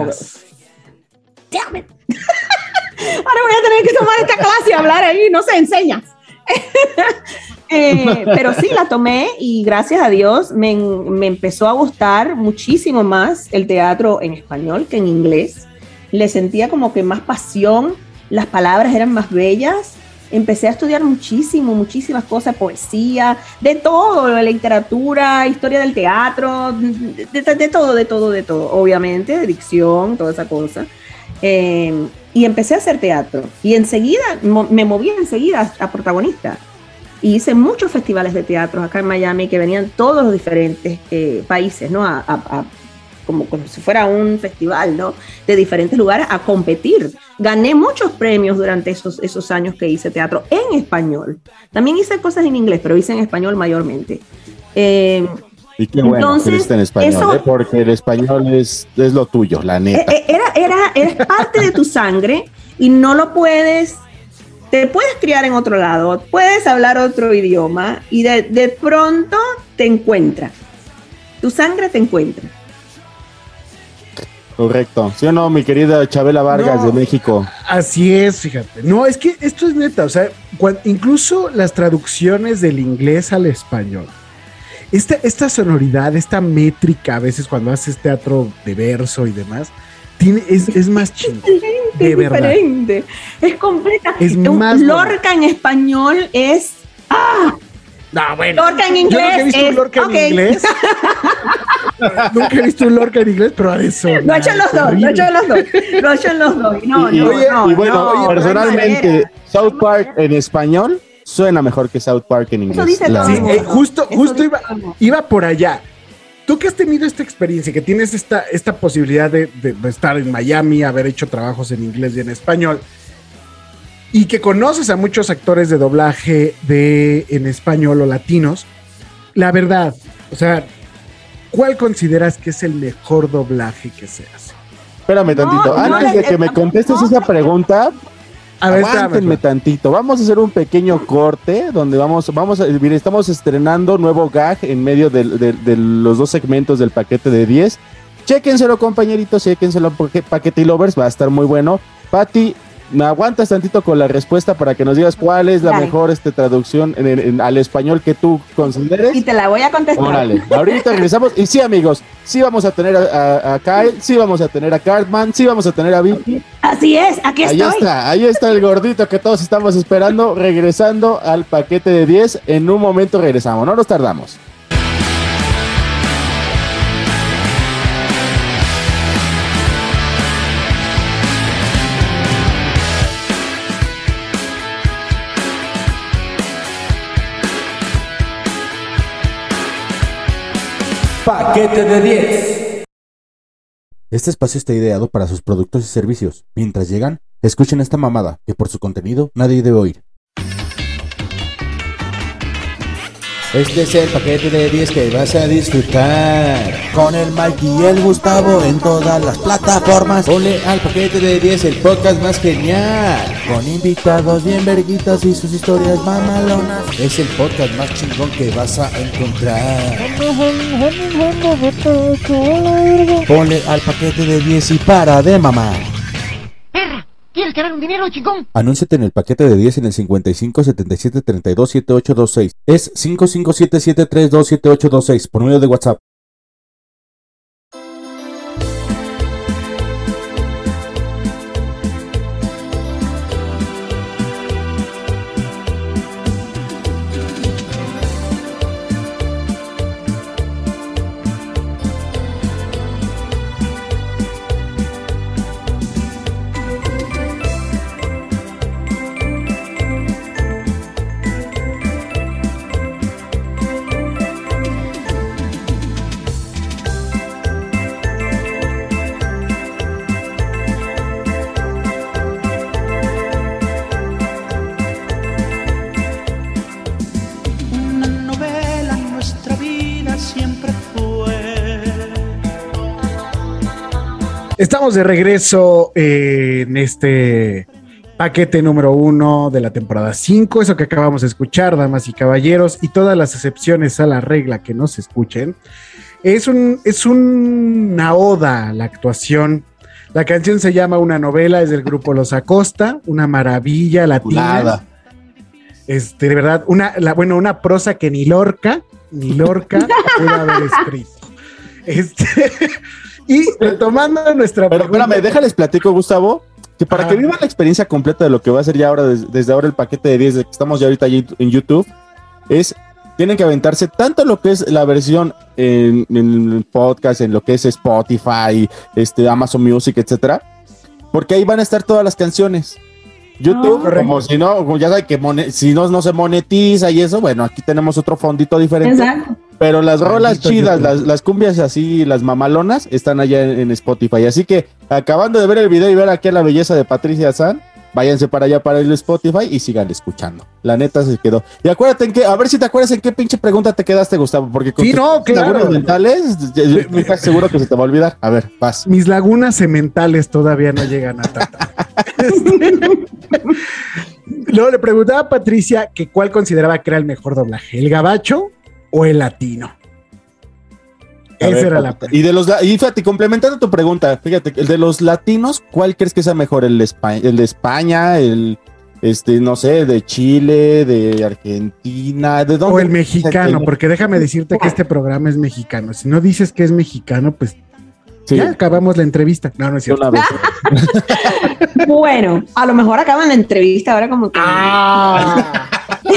S9: Damn it. Ahora voy a tener que tomar esta clase y hablar ahí, no se enseña. Eh, pero sí, la tomé y gracias a Dios me, me empezó a gustar muchísimo más el teatro en español que en inglés. Le sentía como que más pasión, las palabras eran más bellas. Empecé a estudiar muchísimo, muchísimas cosas, poesía, de todo, de literatura, historia del teatro, de, de, de todo, de todo, de todo, obviamente, de dicción, toda esa cosa. Eh, y empecé a hacer teatro y enseguida, mo- me moví enseguida a, a protagonista. Y hice muchos festivales de teatro acá en Miami que venían todos los diferentes eh, países, ¿no? A, a, a Como, como si fuera un festival, ¿no? De diferentes lugares a competir. Gané muchos premios durante esos, esos años que hice teatro en español. También hice cosas en inglés, pero hice en español mayormente. Eh,
S7: y qué bueno
S9: entonces,
S7: que esté en español,
S9: eso,
S7: ¿eh? Porque el español es, es lo tuyo, la neta.
S9: Era, era, era parte de tu sangre y no lo puedes... Te puedes criar en otro lado, puedes hablar otro idioma y de, de pronto te encuentra. Tu sangre te encuentra.
S7: Correcto. ¿Sí o no, mi querida Chabela Vargas
S8: No,
S7: de México?
S8: Así es, fíjate. No, es que esto es neta, o sea, cuan- incluso las traducciones del inglés al español, esta, esta sonoridad, esta métrica, a veces cuando haces teatro de verso y demás, tiene, es, es más chingón. De
S9: Es
S8: verdad.
S9: diferente, es completa.
S8: Es
S9: Un
S8: más
S9: Lorca en español es... ¡Ah!
S8: No, bueno.
S9: Lorca en
S8: Yo
S9: inglés
S8: nunca he visto
S9: es...
S8: un Lorca
S9: ok.
S8: en inglés. Nunca he visto un Lorca en inglés, pero a eso.
S9: Lo he hecho en los dos, lo he hecho en los dos, lo he hecho en los dos. No,
S7: y,
S9: no,
S7: oye,
S9: no,
S7: y bueno,
S9: no, no hay
S7: personalmente,
S9: manera.
S7: South Park en español suena mejor que South Park en inglés.
S9: Eso dice
S7: La-
S9: todo el
S8: Sí,
S9: mundo.
S8: eh, justo,
S9: Eso
S8: justo
S9: dice
S8: iba,
S9: todo el mundo.
S8: iba por allá. Tú que has tenido esta experiencia, que tienes esta, esta posibilidad de, de- de estar en Miami, haber hecho trabajos en inglés y en español, y que conoces a muchos actores de doblaje de, en español o latinos, la verdad, o sea, ¿cuál consideras que es el mejor doblaje que se hace?
S7: Espérame tantito.
S9: no,
S7: Antes
S9: no,
S7: de que me
S9: no,
S7: contestes
S9: no.
S7: esa pregunta,
S8: A ver,
S7: aguántenme
S8: espérame,
S7: tantito. Vamos a hacer un pequeño corte donde vamos, vamos a, mire, estamos estrenando nuevo gag en medio de, de- de los dos segmentos del paquete de diez. Chéquenselo, compañeritos, chéquenselo, porque Paquete y Lovers va a estar muy bueno. Pati, me aguantas tantito con la respuesta para que nos digas cuál es la
S9: Dale.
S7: mejor este, traducción en- en- en- al español que tú consideres.
S9: Y te la voy a contestar.
S7: Órale, ahorita regresamos. Y sí, amigos, sí vamos a tener a, a- a Kyle, sí vamos a tener a Cartman, sí vamos a tener a Vicky.
S9: Así es, aquí
S7: Ahí
S9: estoy.
S7: está, ahí está el gordito que todos estamos esperando. Regresando al paquete de diez. En un momento regresamos, no nos tardamos.
S2: Paquete de diez.
S10: Este espacio está ideado para sus productos y servicios. Mientras llegan, escuchen esta mamada, que por su contenido nadie debe oír. Este es el paquete de diez que vas a disfrutar. Con el Mike y el Gustavo en todas las plataformas. Ponle al paquete de diez el podcast más genial. Con invitados bien verguitas y sus historias mamalonas. Es el podcast más chingón que vas a encontrar. Ponle al paquete de diez y para de mamar.
S5: ¿Quieres ganar un dinero, chingón?
S10: Anúnciate en el paquete de diez en el cincuenta y cinco setenta y siete treinta y dos setenta y ocho veintiséis. Es cinco cinco siete siete tres dos siete ocho dos seis por medio de WhatsApp.
S11: Una novela en nuestra vida siempre fue.
S8: Estamos de regreso eh, en este paquete número uno de la temporada cinco. Eso que acabamos de escuchar, damas y caballeros, y todas las excepciones a la regla que nos escuchen, es, un, es una oda a la actuación. La canción se llama Una novela, es del grupo Los Acosta, una maravilla latina.
S7: Chulada.
S8: Este, de verdad, una, la, bueno, una prosa que ni Lorca, ni Lorca pudo haber escrito. Este, y retomando nuestra
S7: Pero
S8: pregunta,
S7: espérame, déjales platico, Gustavo, que para
S8: Ah.
S7: que vivan la experiencia completa de lo que va a ser ya ahora, des- desde ahora el paquete de diez, de que estamos ya ahorita allí en YouTube, es, tienen que aventarse tanto lo que es la versión en, en podcast, en lo que es Spotify, este, Amazon Music, etcétera, porque ahí van a estar todas las canciones. YouTube,
S9: Ah.
S7: como si no, como ya saben que mone- si no, no se monetiza y eso, bueno, aquí tenemos otro fondito diferente.
S9: Exacto.
S7: Pero las rolas
S8: Maldito
S7: chidas,
S8: YouTube.
S7: las, las cumbias así, las mamalonas, están allá en, en Spotify. Así que, acabando de ver el video y ver aquí a la belleza de Patricia San, váyanse para allá para el Spotify y sigan escuchando. La neta se quedó. Y acuérdate en qué, a ver si te acuerdas en qué pinche pregunta te quedaste, Gustavo, porque con
S8: Sí,
S7: tus
S8: no, claro.
S7: lagunas mentales, yo- yo estoy casi seguro que se te va a olvidar. A ver, vas.
S8: mis lagunas sementales todavía no llegan a tanto. Luego le preguntaba a Patricia que cuál consideraba que era el mejor doblaje, el gabacho o el latino.
S7: A
S8: Esa
S7: ver,
S8: era la
S7: Paquita. Y de los la- y fíjate, complementando tu pregunta, fíjate, el de los latinos, ¿cuál crees que sea mejor? ¿El de España, el de España, el este, no sé, de Chile, de Argentina, de dónde?
S8: o el mexicano,
S7: El-
S8: porque déjame decirte que este programa es mexicano. Si no dices que es mexicano, pues
S7: Sí,
S8: ya acabamos la entrevista. No, no es
S7: de
S8: cierto.
S7: una vez.
S9: Bueno, a lo mejor acaban la entrevista ahora como que...
S8: Ah.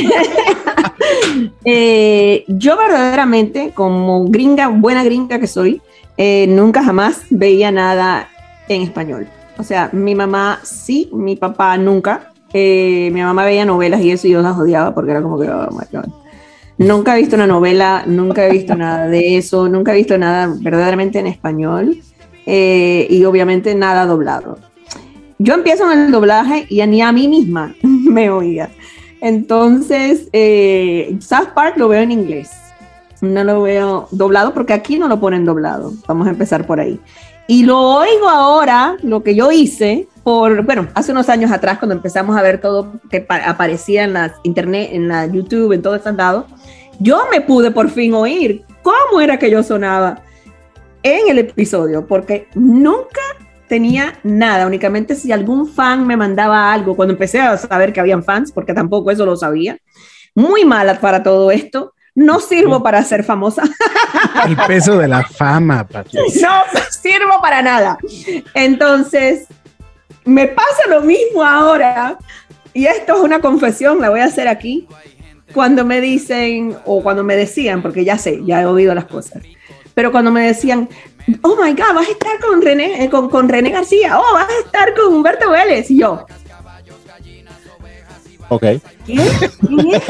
S9: Eh, yo verdaderamente, como gringa, buena gringa que soy, eh, nunca jamás veía nada en español. O sea, mi mamá sí, mi papá nunca. Eh, mi mamá veía novelas y eso y yo las odiaba porque era como que, oh my God. Nunca he visto una novela, nunca he visto nada de eso, nunca he visto nada verdaderamente en español eh, y obviamente nada doblado. Yo empiezo en el doblaje y ni a mí misma me oía. Entonces, eh, South Park lo veo en inglés. No lo veo doblado porque aquí no lo ponen doblado. Vamos a empezar por ahí. Y lo oigo ahora, lo que yo hice, por, bueno, hace unos años atrás, cuando empezamos a ver todo que pa- aparecía en la internet, en la YouTube, en todo ese lado, yo me pude por fin oír cómo era que yo sonaba en el episodio, porque nunca tenía nada, únicamente si algún fan me mandaba algo, cuando empecé a saber que habían fans, porque tampoco eso lo sabía, muy mala para todo esto, no sirvo para ser famosa.
S8: El peso de la fama, Patricia.
S9: No sirvo para nada. Entonces, me pasa lo mismo ahora, y esto es una confesión, la voy a hacer aquí, cuando me dicen, o cuando me decían, porque ya sé, ya he oído las cosas, pero cuando me decían, oh my God, vas a estar con René, eh, con, con René García, oh, vas a estar con Humberto Vélez, y yo,
S7: Ok.
S9: ¿qué? ¿Qué?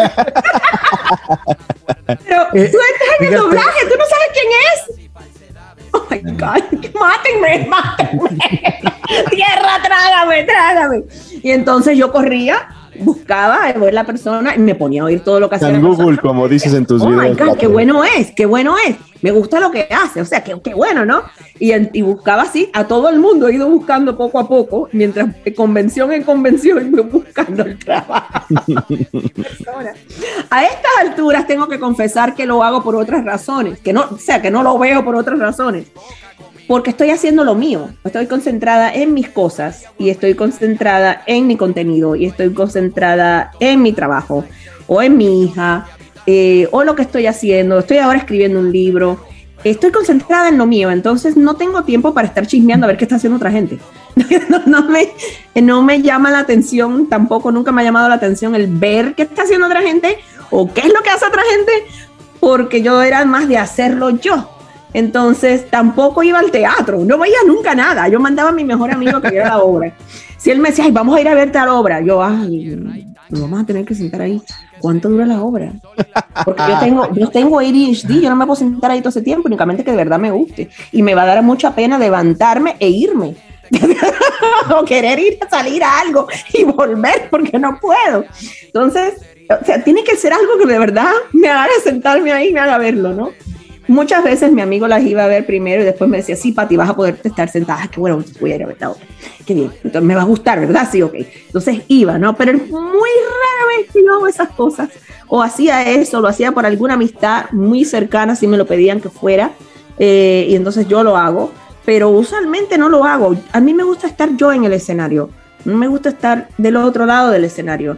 S9: Pero
S8: Eh,
S9: tú estás en el
S8: fíjate.
S9: doblaje, tú no sabes quién es. Oh my God, mátenme, mátenme. Tierra, trágame, trágame. Y entonces yo corría, buscaba a ver la persona y me ponía a oír todo lo que hacía
S7: En
S9: la
S7: Google,
S9: persona.
S7: como dices en tus
S9: Oh my
S7: videos.
S9: God, qué
S7: Pato.
S9: bueno es, qué bueno es. Me gusta lo que hace, o sea, qué, qué bueno, ¿no? Y, en- y buscaba así, a todo el mundo he ido buscando poco a poco, mientras de convención en convención iba buscando el trabajo. Ahora, a estas alturas tengo que confesar que lo hago por otras razones, que no, o sea, que no lo veo por otras razones. Porque estoy haciendo lo mío, estoy concentrada en mis cosas y estoy concentrada en mi contenido y estoy concentrada en mi trabajo o en mi hija eh, o lo que estoy haciendo. Estoy ahora escribiendo un libro, estoy concentrada en lo mío, entonces no tengo tiempo para estar chismeando a ver qué está haciendo otra gente. No, no me, no me llama la atención, tampoco nunca me ha llamado la atención el ver qué está haciendo otra gente o qué es lo que hace otra gente, porque yo era más de hacerlo yo. Entonces tampoco iba al teatro, no veía nunca nada. Yo mandaba a mi mejor amigo que viera la obra. Si él me decía, ay, vamos a ir a ver tal obra, yo, ay, nos vamos a tener que sentar ahí. ¿Cuánto dura la obra? Porque yo tengo, yo tengo A D H D, yo no me puedo sentar ahí todo ese tiempo, únicamente que de verdad me guste. Y me va a dar mucha pena levantarme e irme. O querer ir a salir a algo y volver porque no puedo. Entonces, o sea, tiene que ser algo que de verdad me haga sentarme ahí y me haga verlo, ¿no? Muchas veces mi amigo las iba a ver primero y después me decía, sí, Pati, vas a poder estar sentada. Qué bueno, voy a ir a ver la obra. Qué bien. Entonces, me va a gustar, ¿verdad? Sí, ok. Entonces iba, ¿no? Pero muy rara vez que yo hago esas cosas. O hacía eso, lo hacía por alguna amistad muy cercana, si me lo pedían que fuera. Eh, y entonces yo lo hago. Pero usualmente no lo hago. A mí me gusta estar yo en el escenario. No me gusta estar del otro lado del escenario.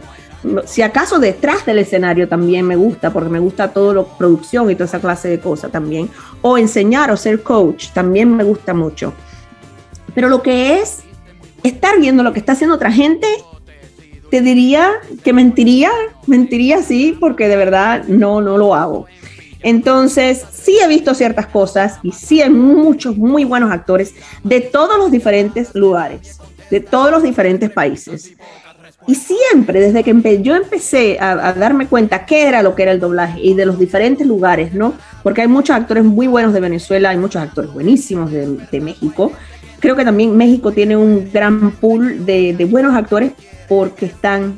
S9: si acaso detrás del escenario también me gusta, porque me gusta todo lo producción y toda esa clase de cosas también, o enseñar o ser coach, también me gusta mucho. Pero lo que es estar viendo lo que está haciendo otra gente, te diría que mentiría, mentiría sí, porque de verdad no, no lo hago. Entonces, sí he visto ciertas cosas y sí hay muchos muy buenos actores de todos los diferentes lugares, de todos los diferentes países. Y siempre, desde que empe- yo empecé a, a darme cuenta qué era lo que era el doblaje y de los diferentes lugares, ¿no? Porque hay muchos actores muy buenos de Venezuela, hay muchos actores buenísimos de, de México. Creo que también México tiene un gran pool de, de buenos actores porque están,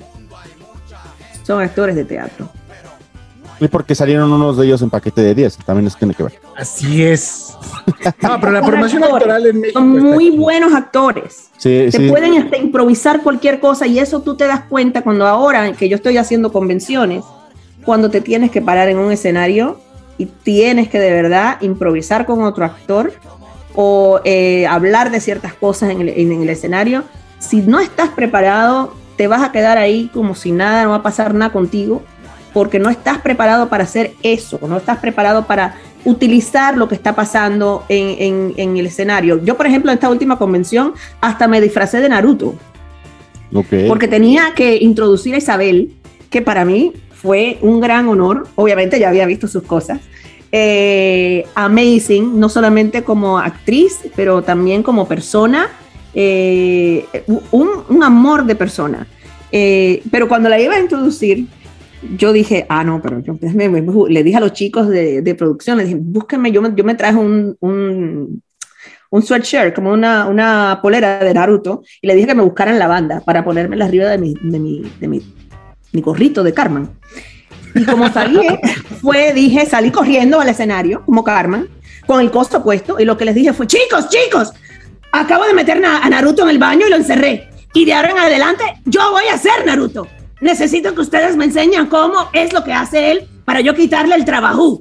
S9: son actores de teatro.
S7: Y porque salieron unos de ellos en paquete de diez, también eso tiene que ver.
S8: Así es. No, pero la formación actoral en México
S9: son muy
S8: está...
S9: buenos actores.
S7: Sí,
S9: te
S7: sí.
S9: pueden hasta improvisar cualquier cosa y eso tú te das cuenta cuando ahora que yo estoy haciendo convenciones, cuando te tienes que parar en un escenario y tienes que de verdad improvisar con otro actor o eh, hablar de ciertas cosas en el, en el escenario. Si no estás preparado, te vas a quedar ahí como si nada, no va a pasar nada contigo, porque no estás preparado para hacer eso, no estás preparado para utilizar lo que está pasando en, en, en el escenario. Yo, por ejemplo, en esta última convención, hasta me disfracé de Naruto.
S7: Okay.
S9: Porque tenía que introducir a Isabel, que para mí fue un gran honor. Obviamente ya había visto sus cosas. Eh, amazing, no solamente como actriz, pero también como persona. Eh, un, un amor de persona. Eh, pero cuando la iba a introducir, yo dije, ah, no, pero yo me, me, me, le dije a los chicos de, de producción, les dije, búsquenme, yo me, yo me traje un, un, un sweatshirt, como una, una polera de Naruto, y le dije que me buscaran la banda para ponérmela arriba de mi, de mi, de mi, mi gorrito de Carmen. Y como salí, fue, dije, salí corriendo al escenario, como Carmen, con el costo puesto, y lo que les dije fue, chicos, chicos, acabo de meter a Naruto en el baño y lo encerré, y de ahora en adelante, yo voy a ser Naruto. Necesito que ustedes me enseñen cómo es lo que hace él para yo quitarle el trabajo.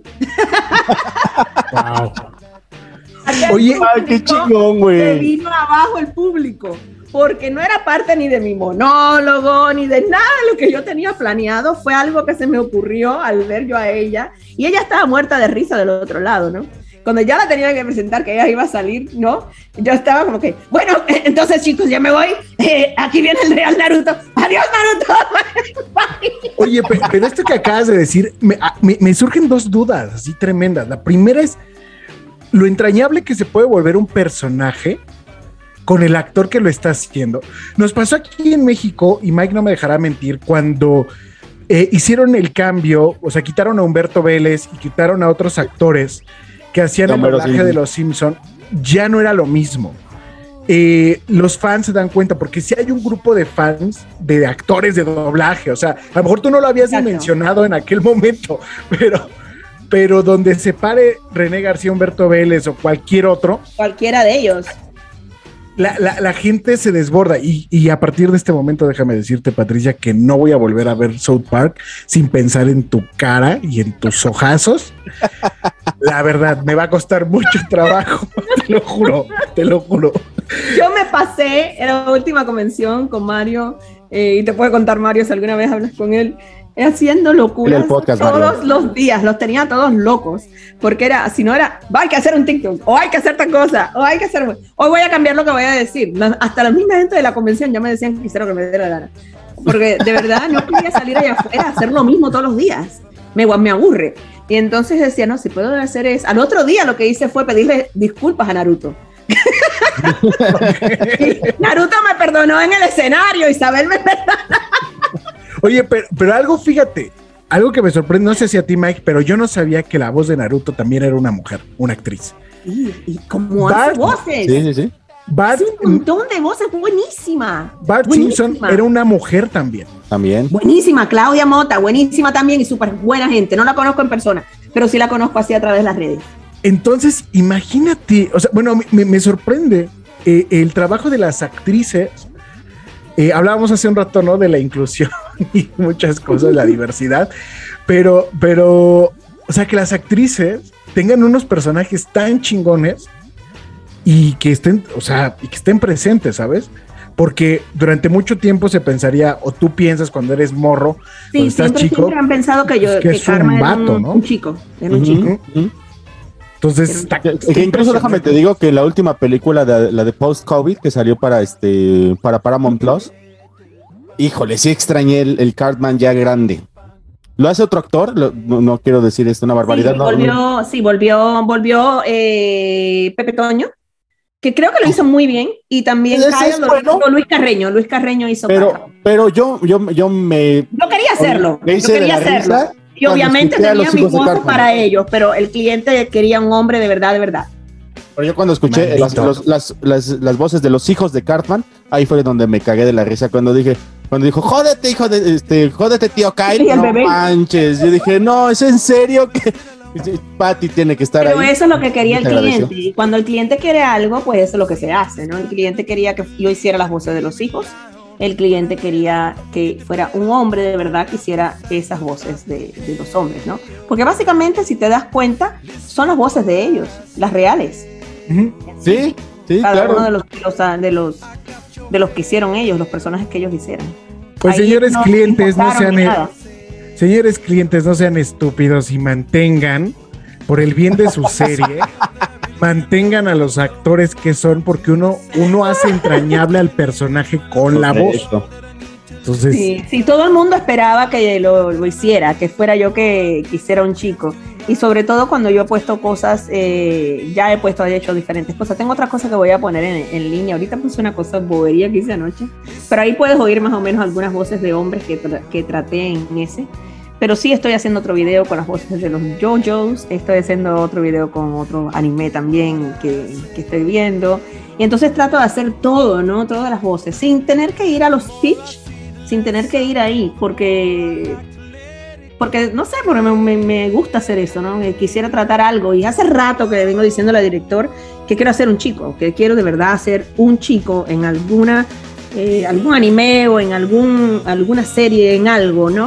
S8: Wow. Oye,
S7: ay, qué chingón, güey.
S9: Se vino abajo el público, porque no era parte ni de mi monólogo, ni de nada de lo que yo tenía planeado. Fue algo que se me ocurrió al ver yo a ella, y ella estaba muerta de risa del otro lado, ¿no? Cuando ya la tenía que presentar, que ella iba a salir, ¿no? Yo estaba como que, bueno, entonces chicos, ya me voy. Eh, aquí viene el Real Naruto. Adiós, Naruto.
S8: Oye, pero, pero esto que acabas de decir, me, me, me surgen dos dudas así tremendas. La primera es lo entrañable que se puede volver un personaje con el actor que lo está haciendo. Nos pasó aquí en México, y Mike no me dejará mentir, cuando eh, hicieron el cambio, o sea, quitaron a Humberto Vélez y quitaron a otros actores que hacían el doblaje de Los Simpson, ya no era lo mismo. Eh, los fans se dan cuenta, porque si hay un grupo de fans de actores de doblaje, o sea, a lo mejor tú no lo habías Exacto. mencionado en aquel momento, pero, pero donde se pare René García, Humberto Vélez o cualquier otro,
S9: cualquiera de ellos,
S8: La, la, la gente se desborda y, y a partir de este momento déjame decirte, Patricia, que no voy a volver a ver South Park sin pensar en tu cara y en tus ojazos. La verdad, me va a costar mucho trabajo, te lo juro, te lo juro.
S9: Yo me pasé en la última convención con Mario, eh, y te puedo contar, Mario, si alguna vez hablas con él, haciendo locuras
S7: podcast,
S9: todos
S7: Mario.
S9: los días, los tenía todos locos, porque era, si no era, va, hay que hacer un TikTok, o hay que hacer tal cosa, o hay que hacer, hoy voy a cambiar lo que voy a decir. Hasta la misma gente de la convención ya me decían que quisiera que me diera la gana, porque de verdad no quería salir allá afuera a hacer lo mismo todos los días, me, me aburre. Y entonces decía, no, si puedo hacer eso. Al otro día lo que hice fue pedirle disculpas a Naruto. Naruto me perdonó en el escenario, Isabel me perdonó.
S8: Oye, pero, pero algo, fíjate, algo que me sorprende, no sé si a ti, Mike, pero yo no sabía que la voz de Naruto también era una mujer, una actriz.
S9: Y, y como hace voces.
S7: Sí, sí, sí.
S8: Bart,
S9: sí, un montón de voces, buenísima.
S8: Bart buenísima. Simpson era una mujer también.
S7: También.
S9: Buenísima, Claudia Mota, buenísima también y súper buena gente. No la conozco en persona, pero sí la conozco así a través de las redes.
S8: Entonces, imagínate, o sea, bueno, me, me sorprende eh, el trabajo de las actrices. Eh, hablábamos hace un rato, ¿no? De la inclusión y muchas cosas, la diversidad, pero, pero, o sea, que las actrices tengan unos personajes tan chingones y que estén, o sea, y que estén presentes, ¿sabes? Porque durante mucho tiempo se pensaría, o tú piensas cuando eres morro,
S9: Sí,
S8: cuando estás
S9: siempre,
S8: chico,
S9: siempre han pensado que yo
S8: pues, que
S9: que
S8: es un
S9: Karma era
S8: vato,
S9: un,
S8: ¿no?
S9: un chico, era un
S7: Ujú,
S9: chico.
S7: ujú.
S8: entonces está-
S7: Que,
S8: está
S7: que incluso déjame te
S8: impresionante.
S7: digo que la última película, de, la de Post COVID, que salió para este para Paramount Plus, híjole, sí extrañé el, el Cartman ya grande. ¿Lo hace otro actor? Lo- no, no quiero decir esto, una barbaridad.
S9: Sí,
S7: no,
S9: volvió,
S7: no.
S9: sí, volvió, volvió eh, Pepe Toño, que creo que lo hizo muy bien, y también
S7: Ese
S9: Cayo
S7: es
S9: lo
S7: bueno.
S9: hizo Luis Carreño, Luis Carreño hizo Cayo.
S7: Pero, pero yo, yo, yo me.
S9: Yo quería hacerlo,
S7: me
S9: yo
S7: hice de
S9: quería
S7: la
S9: hacerlo.
S7: risa
S9: Y
S7: cuando
S9: obviamente
S7: escuché a
S9: tenía
S7: los
S9: mis
S7: hijos de
S9: voces
S7: Cartman.
S9: para ellos, pero el cliente quería un hombre de verdad, de verdad.
S7: Pero yo cuando escuché las,
S8: Maldito.
S7: los- las, las, las voces de los hijos de Cartman, ahí fue donde me cagué de la risa cuando dije, cuando dijo, jódete, hijo de, este, jódete, tío Kyle,
S9: Sí, el
S7: no
S9: bebé.
S7: manches. Yo dije, no, ¿es en serio que Patty tiene que estar
S9: Pero
S7: ahí?
S9: eso es lo que quería el
S7: Te agradeció.
S9: cliente. Y cuando el cliente quiere algo, pues eso es lo que se hace, ¿no? El cliente quería que yo hiciera las voces de los hijos. El cliente quería que fuera un hombre de verdad que hiciera esas voces de, de los hombres, ¿no? Porque básicamente, si te das cuenta, son las voces de ellos, las reales.
S7: Sí, sí,
S9: Cada
S7: claro.
S9: uno de los, de los de los de los que hicieron ellos, los personajes que ellos hicieron.
S8: Pues
S9: Ahí
S8: señores
S9: no
S8: clientes, no
S9: importaron
S8: sean
S9: ni
S8: e-
S9: nada.
S8: señores clientes, no sean estúpidos y mantengan, por el bien de su serie, mantengan a los actores que son, porque uno, uno hace entrañable al personaje con la voz.
S7: Correcto.
S8: Entonces,
S9: Sí, sí, todo el mundo esperaba que lo, lo hiciera, que fuera yo que quisiera un chico. Y sobre todo cuando yo he puesto cosas, eh, ya he puesto, de hecho, diferentes cosas. Tengo otra cosa que voy a poner en, en línea. Ahorita puse una cosa bobería que hice anoche. Pero ahí puedes oír más o menos algunas voces de hombres que, tra- que traté en ese. Pero sí estoy haciendo otro video con las voces de los JoJo's. Estoy haciendo otro video con otro anime también que, que estoy viendo. Y entonces trato de hacer todo, ¿no? Todas las voces, sin tener que ir a los pitch, sin tener que ir ahí, porque, porque no sé, porque me, me, me gusta hacer eso, ¿no? Quisiera tratar algo, y hace rato que le vengo diciendo al director que quiero hacer un chico, que quiero de verdad hacer un chico en alguna, eh, algún anime o en algún, alguna serie, en algo, ¿no?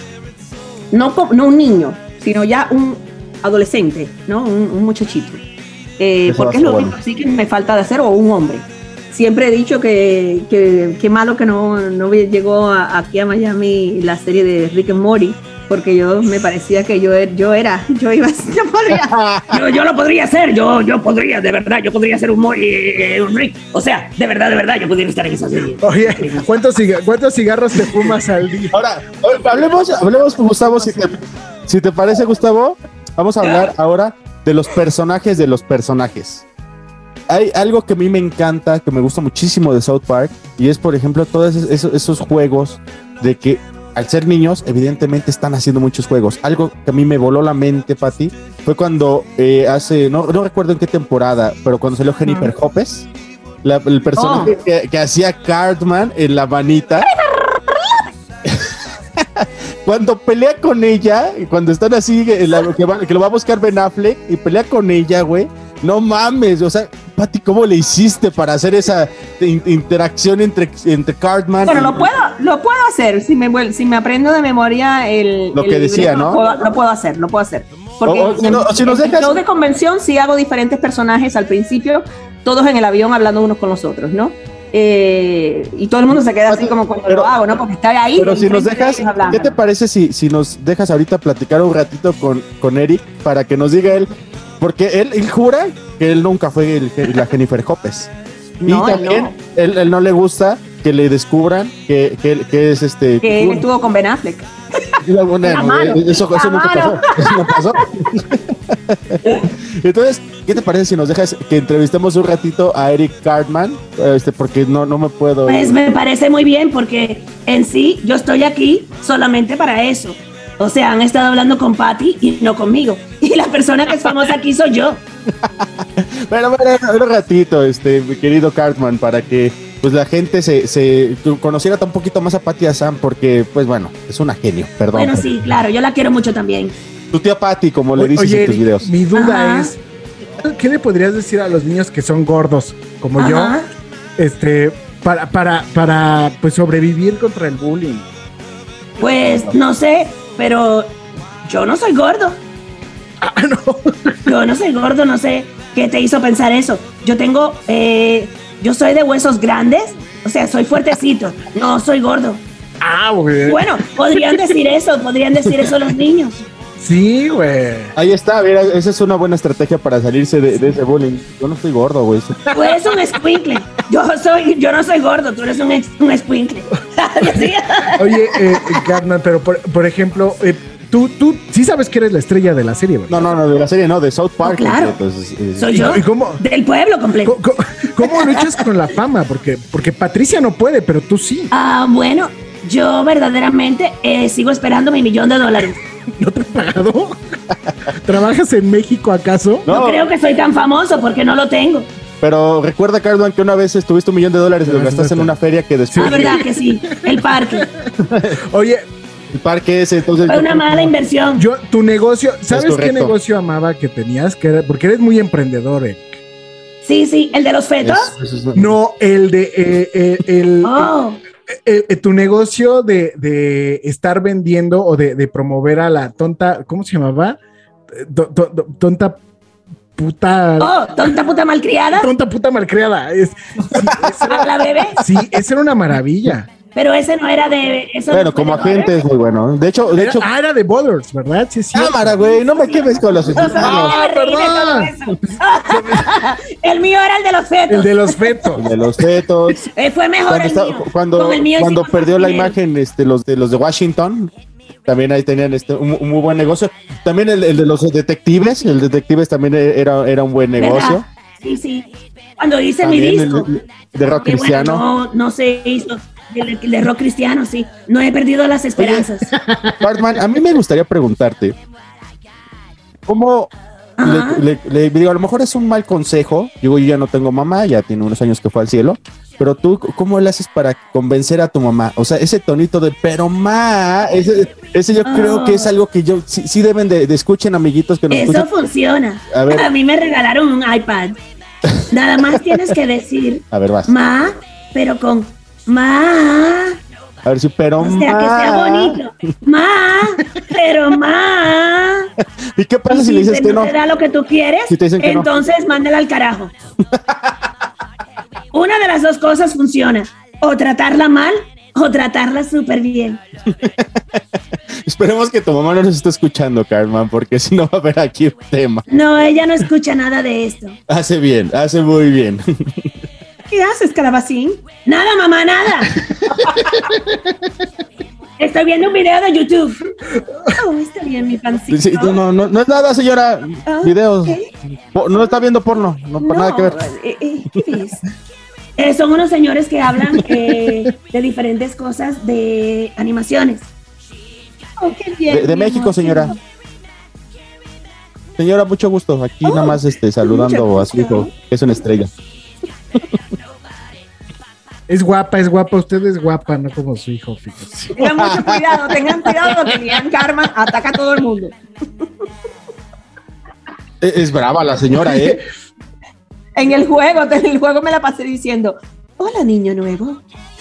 S9: No, co- no un niño, sino ya un adolescente, ¿no? Un, un muchachito. Eh,
S7: Eso va a
S9: porque es
S7: ser
S9: lo
S7: bueno.
S9: único así que me falta de hacer, o un hombre. Siempre he dicho que, que, que malo que no, no llegó a- aquí a Miami la serie de Rick and Morty, porque yo me parecía que yo, er- yo era, yo iba a yo podría, yo, yo lo podría hacer, yo, yo podría, de verdad, yo podría ser un Morty, eh, un Rick. O sea, de verdad, de verdad, yo podría estar en esa serie.
S8: oye, ¿cuántos, ciga- cuántos cigarros te fumas al día?
S7: Ahora, oye, hablemos, hablemos, Gustavo, si te, si te parece, Gustavo, vamos a hablar ahora de los personajes de los personajes. Hay algo que a mí me encanta, que me gusta muchísimo de South Park, y es, por ejemplo, todos esos, esos- esos juegos de que, al ser niños, evidentemente están haciendo muchos juegos. Algo que a mí me voló la mente, Pati, fue cuando eh, hace, no, no recuerdo en qué temporada, pero cuando salió Jennifer Hopes, la- el personaje
S9: Oh.
S7: que, que hacía Cartman en la manita. Cuando pelea con ella, y cuando están así, que, la- que, va- que lo va a buscar Ben Affleck y pelea con ella, güey. No mames, o sea, Pati, ¿cómo le hiciste para hacer esa in- interacción entre, entre Cartman?
S9: Bueno,
S7: y-
S9: lo puedo, lo puedo hacer, si me, vuel- si me aprendo de memoria el...
S7: Lo
S9: el
S7: que decía,
S9: libreto,
S7: ¿no?
S9: Lo puedo, lo puedo hacer, lo puedo hacer. Porque
S7: O- o si no- o si
S9: en
S7: nos
S9: el
S7: dejas-
S9: show de convención sí hago diferentes personajes al principio, todos en el avión hablando unos con los otros, ¿no? Eh, y todo el mundo se queda así como cuando
S7: Pero-
S9: lo hago, ¿no? Porque está ahí.
S7: Pero si nos
S9: enfrente de
S7: dejas,
S9: ellos hablando.
S7: ¿qué te parece si, si nos dejas ahorita platicar un ratito con, con Eric para que nos diga él? Porque él, él jura que él nunca fue el- la Jennifer Hopes.
S9: No,
S7: y
S9: él
S7: también
S9: no.
S7: él, él no le gusta que le descubran que, que, que es este.
S9: Que él
S7: un-
S9: estuvo con Ben Affleck.
S7: La- una-
S9: La mano,
S7: eso, eso
S9: la
S7: nunca
S9: mano.
S7: pasó. Eso no pasó. Entonces, ¿qué te parece si nos dejas que entrevistemos un ratito a Eric Cartman? Este, porque no, no me puedo.
S3: Pues me parece muy bien porque en sí yo estoy aquí solamente para eso. O sea, han estado hablando con Patty y no conmigo. Y la persona que es famosa aquí soy yo.
S7: Pero bueno, un ratito, este, mi querido Cartman, para que pues la gente se, se conociera un poquito más a Patty y a Sam, porque, pues bueno, es una genio, perdón.
S3: Bueno, sí, claro, yo la quiero mucho también.
S7: Tu tía Patty, como le dices
S8: Oye,
S7: en tus
S8: Eric,
S7: videos.
S8: mi duda
S3: Ajá.
S8: es, ¿qué le podrías decir a los niños que son gordos, como
S3: Ajá.
S8: yo, este, para, para, para, pues sobrevivir contra el bullying?
S3: Pues no sé, pero yo no soy gordo.
S8: Ah, no.
S3: Yo no soy gordo, no sé qué te hizo pensar eso. Yo tengo, eh, yo soy de huesos grandes, O sea, soy fuertecito, no soy gordo.
S8: Ah, güey.
S3: Bueno, podrían decir eso, podrían decir eso los niños.
S8: Sí, güey.
S7: Ahí está, mira, esa es una buena estrategia para salirse de, de ese bullying. Yo no estoy gordo, güey.
S3: Tú eres un escuincle. Yo soy, yo no soy gordo, tú eres un, ex, un escuincle.
S8: Oye, eh, Cartman, pero por, por ejemplo, eh, tú, tú sí sabes que eres la estrella de la serie, ¿verdad?
S7: No, no, no, de la serie no, de South Park.
S3: Oh, claro.
S7: Entonces, eh,
S3: Soy yo.
S8: ¿Y cómo?
S3: Del pueblo completo.
S8: ¿Cómo, cómo luchas con la fama? Porque, porque Patricia no puede, pero tú sí.
S3: Ah, bueno, yo verdaderamente eh, sigo esperando mi millón de dólares.
S8: ¿No te he pagado? ¿Trabajas en México acaso?
S3: No. no creo que soy tan famoso porque no lo tengo.
S7: Pero recuerda, Cartman, que una vez estuviste un millón de dólares y lo gastaste en una feria que después...
S3: Ah, verdad que sí, el parque.
S8: Oye...
S7: El parque ese, entonces...
S3: Fue una mala inversión.
S8: Yo, tu negocio, ¿sabes qué negocio amaba que tenías? Que era, porque eres muy emprendedor, eh.
S3: Sí, sí, ¿el de los fetos?
S8: Es, es, es, no, el de... Eh, eh, el,
S3: oh.
S8: Eh, eh, tu negocio de, de estar vendiendo o de, de promover a la tonta, ¿cómo se llamaba? To, to, to, tonta puta.
S3: Oh, tonta puta malcriada.
S8: Tonta puta malcriada. Es,
S3: ¿A la bebé?
S8: Sí, esa era una maravilla.
S3: Pero ese no era de... Eso
S7: bueno,
S3: no
S7: como agente es muy bueno. De hecho, de
S8: era,
S7: hecho...
S8: Ah, era de Borders, ¿verdad? Sí, sí.
S7: Cámara, güey, no me quemes con los...
S3: Ah, perdón. El mío era el de los fetos.
S8: El de los fetos.
S7: El de los fetos.
S3: Eh, fue mejor
S7: cuando
S3: el
S7: está,
S3: mío.
S7: Cuando,
S3: el mío
S7: cuando perdió la
S3: dinero.
S7: imagen este, los, de, los de Washington, también ahí tenían este, un, un muy buen negocio. También el, el de los detectives, el detectives también era, era un buen negocio.
S3: ¿Verdad? Sí, sí. Cuando hice
S7: también
S3: mi disco.
S7: El, de rock
S3: que,
S7: cristiano.
S3: Bueno, no, no se hizo. De, de rock cristiano, sí. No he perdido las esperanzas.
S7: Cartman, a mí me gustaría preguntarte, ¿cómo le, le, le digo, a lo mejor es un mal consejo? Digo, yo ya no tengo mamá, ya tiene unos años que fue al cielo, pero tú, ¿cómo le haces para convencer a tu mamá? O sea, ese tonito de, pero ma, ese, ese yo oh. creo que es algo que yo, sí, sí deben de, de escuchen, amiguitos que nos
S3: Eso
S7: escuchen.
S3: funciona.
S7: A ver.
S3: A mí me regalaron un iPad. Nada más tienes que decir,
S7: a ver, vas.
S3: Ma, pero con ma.
S7: A ver si, pero
S3: o sea,
S7: ma.
S3: que sea bonito. Ma, pero ma.
S7: ¿Y qué pasa si, si le dices
S3: te,
S7: que no?
S3: te da lo que tú quieres,
S7: si te dicen que
S3: entonces
S7: no.
S3: mándala al carajo. Una de las dos cosas funciona. O tratarla mal o tratarla súper bien.
S7: Esperemos que tu mamá no nos esté escuchando, Cartman, porque si no va a haber aquí un tema.
S3: No, ella no escucha nada de esto.
S7: Hace bien, hace muy bien.
S3: ¿Qué haces, calabacín? Nada, mamá, nada. Estoy viendo un video de YouTube. Oh, está bien mi pancito.
S7: Sí, no, no, no, no es nada, señora.
S3: Oh,
S7: Videos.
S3: Okay.
S7: No está viendo porno. No, no. Nada que ver.
S3: Eh, eh, ¿Qué ves? Eh, son unos señores que hablan eh, de diferentes cosas de animaciones. Oh, qué bien,
S7: de de México,
S3: amor,
S7: señora. Señora, mucho gusto. Aquí oh, nada más este, saludando a su hijo, que es una estrella.
S8: Es guapa, es guapa, usted es guapa, no como su hijo, fíjese.
S9: Tengan mucho cuidado, tengan cuidado, que Lian Karma ataca a todo el mundo.
S7: Es, es brava la señora, ¿eh?
S9: En el juego, en el juego me la pasé diciendo, hola, niño nuevo.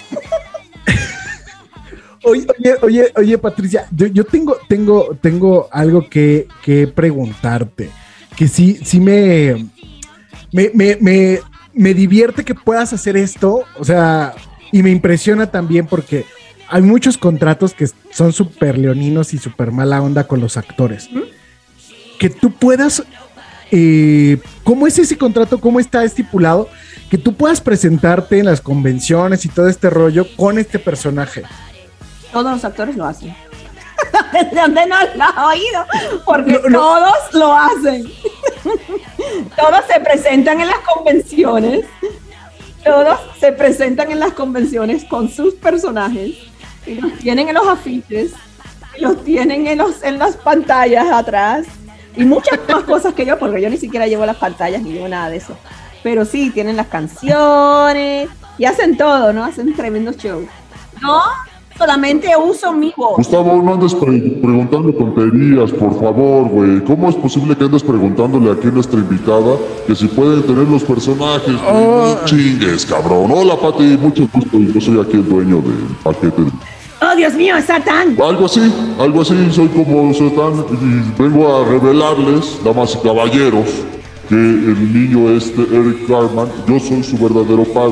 S8: Oye, oye, oye, oye, Patricia, yo, yo tengo, tengo, tengo algo que, que preguntarte, que sí, sí me, me, me, me, me divierte que puedas hacer esto, o sea, y me impresiona también porque hay muchos contratos que son súper leoninos y súper mala onda con los actores. ¿Mm? Que tú puedas, eh, ¿cómo es ese contrato? ¿Cómo está estipulado? Que tú puedas presentarte en las convenciones y todo este rollo con este personaje.
S9: Todos los actores lo hacen. ¿De dónde no lo has oído? Porque no, no. todos lo hacen. Todos se presentan en las convenciones. Todos se presentan en las convenciones con sus personajes. Y los tienen en los afiches. Y los tienen en, los, en las pantallas atrás. Y muchas más cosas que yo, porque yo ni siquiera llevo las pantallas ni llevo nada de eso. Pero sí, tienen las canciones. Y hacen todo, ¿no? Hacen tremendos shows. No, solamente uso mi voz.
S12: Gustavo, no andes pre preguntando tonterías, por favor, güey. ¿Cómo es posible que andes preguntándole aquí a nuestra invitada que si pueden tener los personajes? Oh. No chingues, cabrón. Hola, Pati, mucho gusto. Yo soy aquí el dueño del paquete.
S3: ¡Oh, Dios mío, Satán!
S12: Algo así, algo así. Soy como Satán y vengo a revelarles, damas y caballeros, que el niño este, Eric Cartman, yo soy su verdadero padre.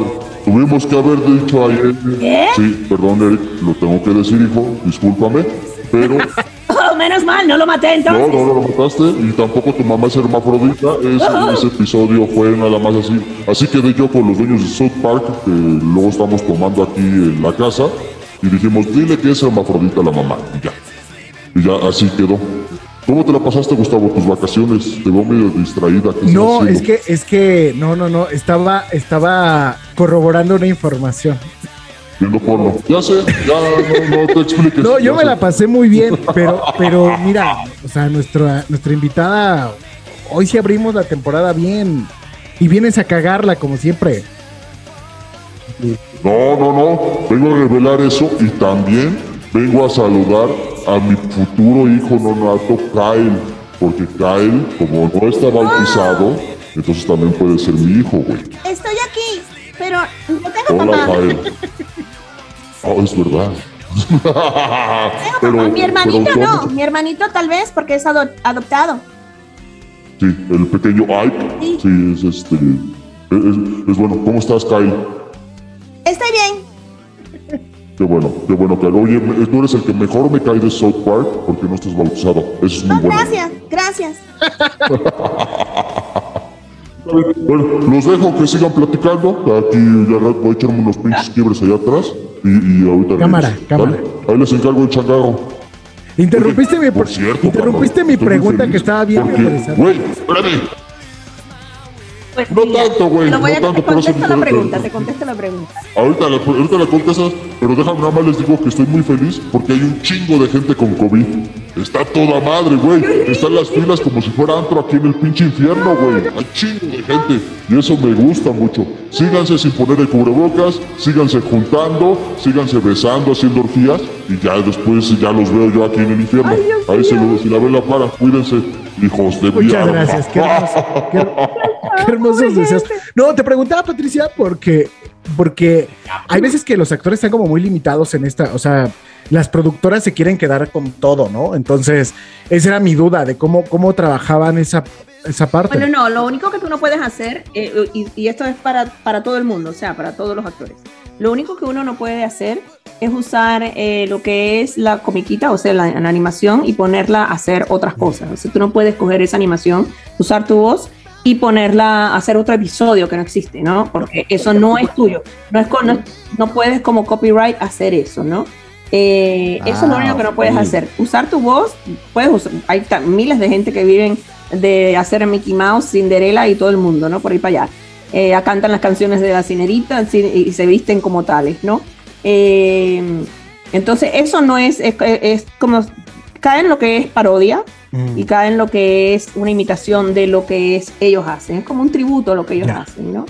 S12: tuvimos que haber dicho ayer.
S3: ¿Qué?
S12: Sí, perdón, Eric, lo tengo que decir, hijo, discúlpame, pero.
S3: Oh, menos mal, no lo maté entonces.
S12: No, no, no lo mataste y tampoco tu mamá es hermafrodita. Ese,
S3: Oh.
S12: ese episodio fue nada más así. Así quedé yo con los dueños de South Park, que luego estamos tomando aquí en la casa, y dijimos, dile que es hermafrodita la mamá, y ya. Y ya así quedó. ¿Cómo te la pasaste, Gustavo, tus vacaciones? Te veo medio distraída. ¿Qué
S8: No,
S12: estás
S8: es
S12: haciendo?
S8: que, es que, no, no, no, estaba, estaba corroborando una información.
S12: Viendo porno. Ya sé, ya no, no te expliques.
S8: No, yo
S12: ya
S8: me
S12: sé.
S8: la pasé muy bien, pero, pero mira, o sea, nuestra, nuestra invitada, hoy sí abrimos la temporada bien y vienes a cagarla como siempre.
S12: No, no, no. Vengo a revelar eso y también vengo a saludar a mi futuro hijo nonato, Kyle. Porque Kyle, como no está bautizado, entonces también puede ser mi hijo, güey.
S5: Estoy aquí, pero no tengo
S12: Hola,
S5: papá.
S12: Kyle. Oh, es verdad.
S5: Tengo
S12: Pero-
S5: papá. Mi hermanito
S12: pero
S5: no,
S12: ¿cómo?
S5: mi hermanito tal vez porque es ado- adoptado.
S12: Sí, el pequeño Ike.
S5: Sí.
S12: Sí, es este. Es, es bueno. ¿Cómo estás, Kyle?
S5: Estoy bien.
S12: Qué bueno, qué bueno, Kyle. Oye, me- tú eres el que mejor me cae de South Park porque no estás bautizado. Eso es muy
S5: Oh,
S12: bueno.
S5: gracias, gracias.
S12: Bueno, los dejo que sigan platicando. Aquí ya voy a echarme unos pinches quiebres allá atrás. Y, y ahorita.
S8: Cámara,
S12: regreso,
S8: cámara.
S12: ¿vale? Ahí les encargo el changarro.
S8: Interrumpiste mi,
S12: Por
S8: pre-
S12: cierto,
S8: interrumpiste
S12: cabrón,
S8: mi
S12: estoy muy
S8: pregunta
S12: feliz
S8: que estaba bien
S12: porque,
S8: interesante.
S12: Güey, espérame.
S3: Pues
S12: No
S3: mira,
S12: tanto, güey,
S3: te lo voy
S12: no
S3: a-
S12: tanto,
S3: te
S12: pero sí
S3: contesto la
S12: me-
S3: pregunta, te contesto la pregunta.
S12: Ahorita la, ahorita la contestas, pero déjame nada más les digo que estoy muy feliz porque hay un chingo de gente con COVID. Está toda madre, güey. Están las filas como si fuera antro aquí en el pinche infierno, güey. Hay chingo de gente y eso me gusta mucho. Síganse sin poner el cubrebocas, síganse juntando, síganse besando, haciendo orgías y ya después ya los veo yo aquí en el infierno.
S3: Ay, Dios
S12: Ahí se
S3: mío.
S12: lo, si la ven la para, cuídense, hijos de
S8: Muchas
S12: mierda.
S8: gracias, qué hermoso, qué, qué hermosos deseos. No, te preguntaba, Patricia, porque, porque hay veces que los actores están como muy limitados en esta, o sea, las productoras se quieren quedar con todo, ¿no? Entonces, esa era mi duda de cómo, cómo trabajaban esa, esa parte.
S3: Bueno, no, lo único que tú no puedes hacer, eh, y, y esto es para, para todo el mundo, o sea, para todos los actores, lo único que uno no puede hacer es usar eh, lo que es la comiquita, o sea, la, la animación y ponerla a hacer otras cosas. O sea, tú no puedes coger esa animación, usar tu voz y ponerla a hacer otro episodio que no existe, ¿no? Porque eso no es tuyo. No, es, co- no, no puedes como copyright hacer eso, ¿no? Eh, eso es lo
S7: Ah,
S3: único que no puedes
S7: ok.
S3: hacer. Usar tu voz, puedes usar, hay ta- miles de gente que viven de hacer Mickey Mouse, Cinderella y todo el mundo, ¿no? Por ahí para allá. Eh, cantan las canciones de la Cinerita y se visten como tales, ¿no? Eh, entonces, eso no es, es, es como, cae en lo que es parodia
S8: Mm.
S3: y cae en lo que es una imitación de lo que es ellos hacen, es como un tributo a lo que ellos
S8: Ya.
S3: hacen, ¿no?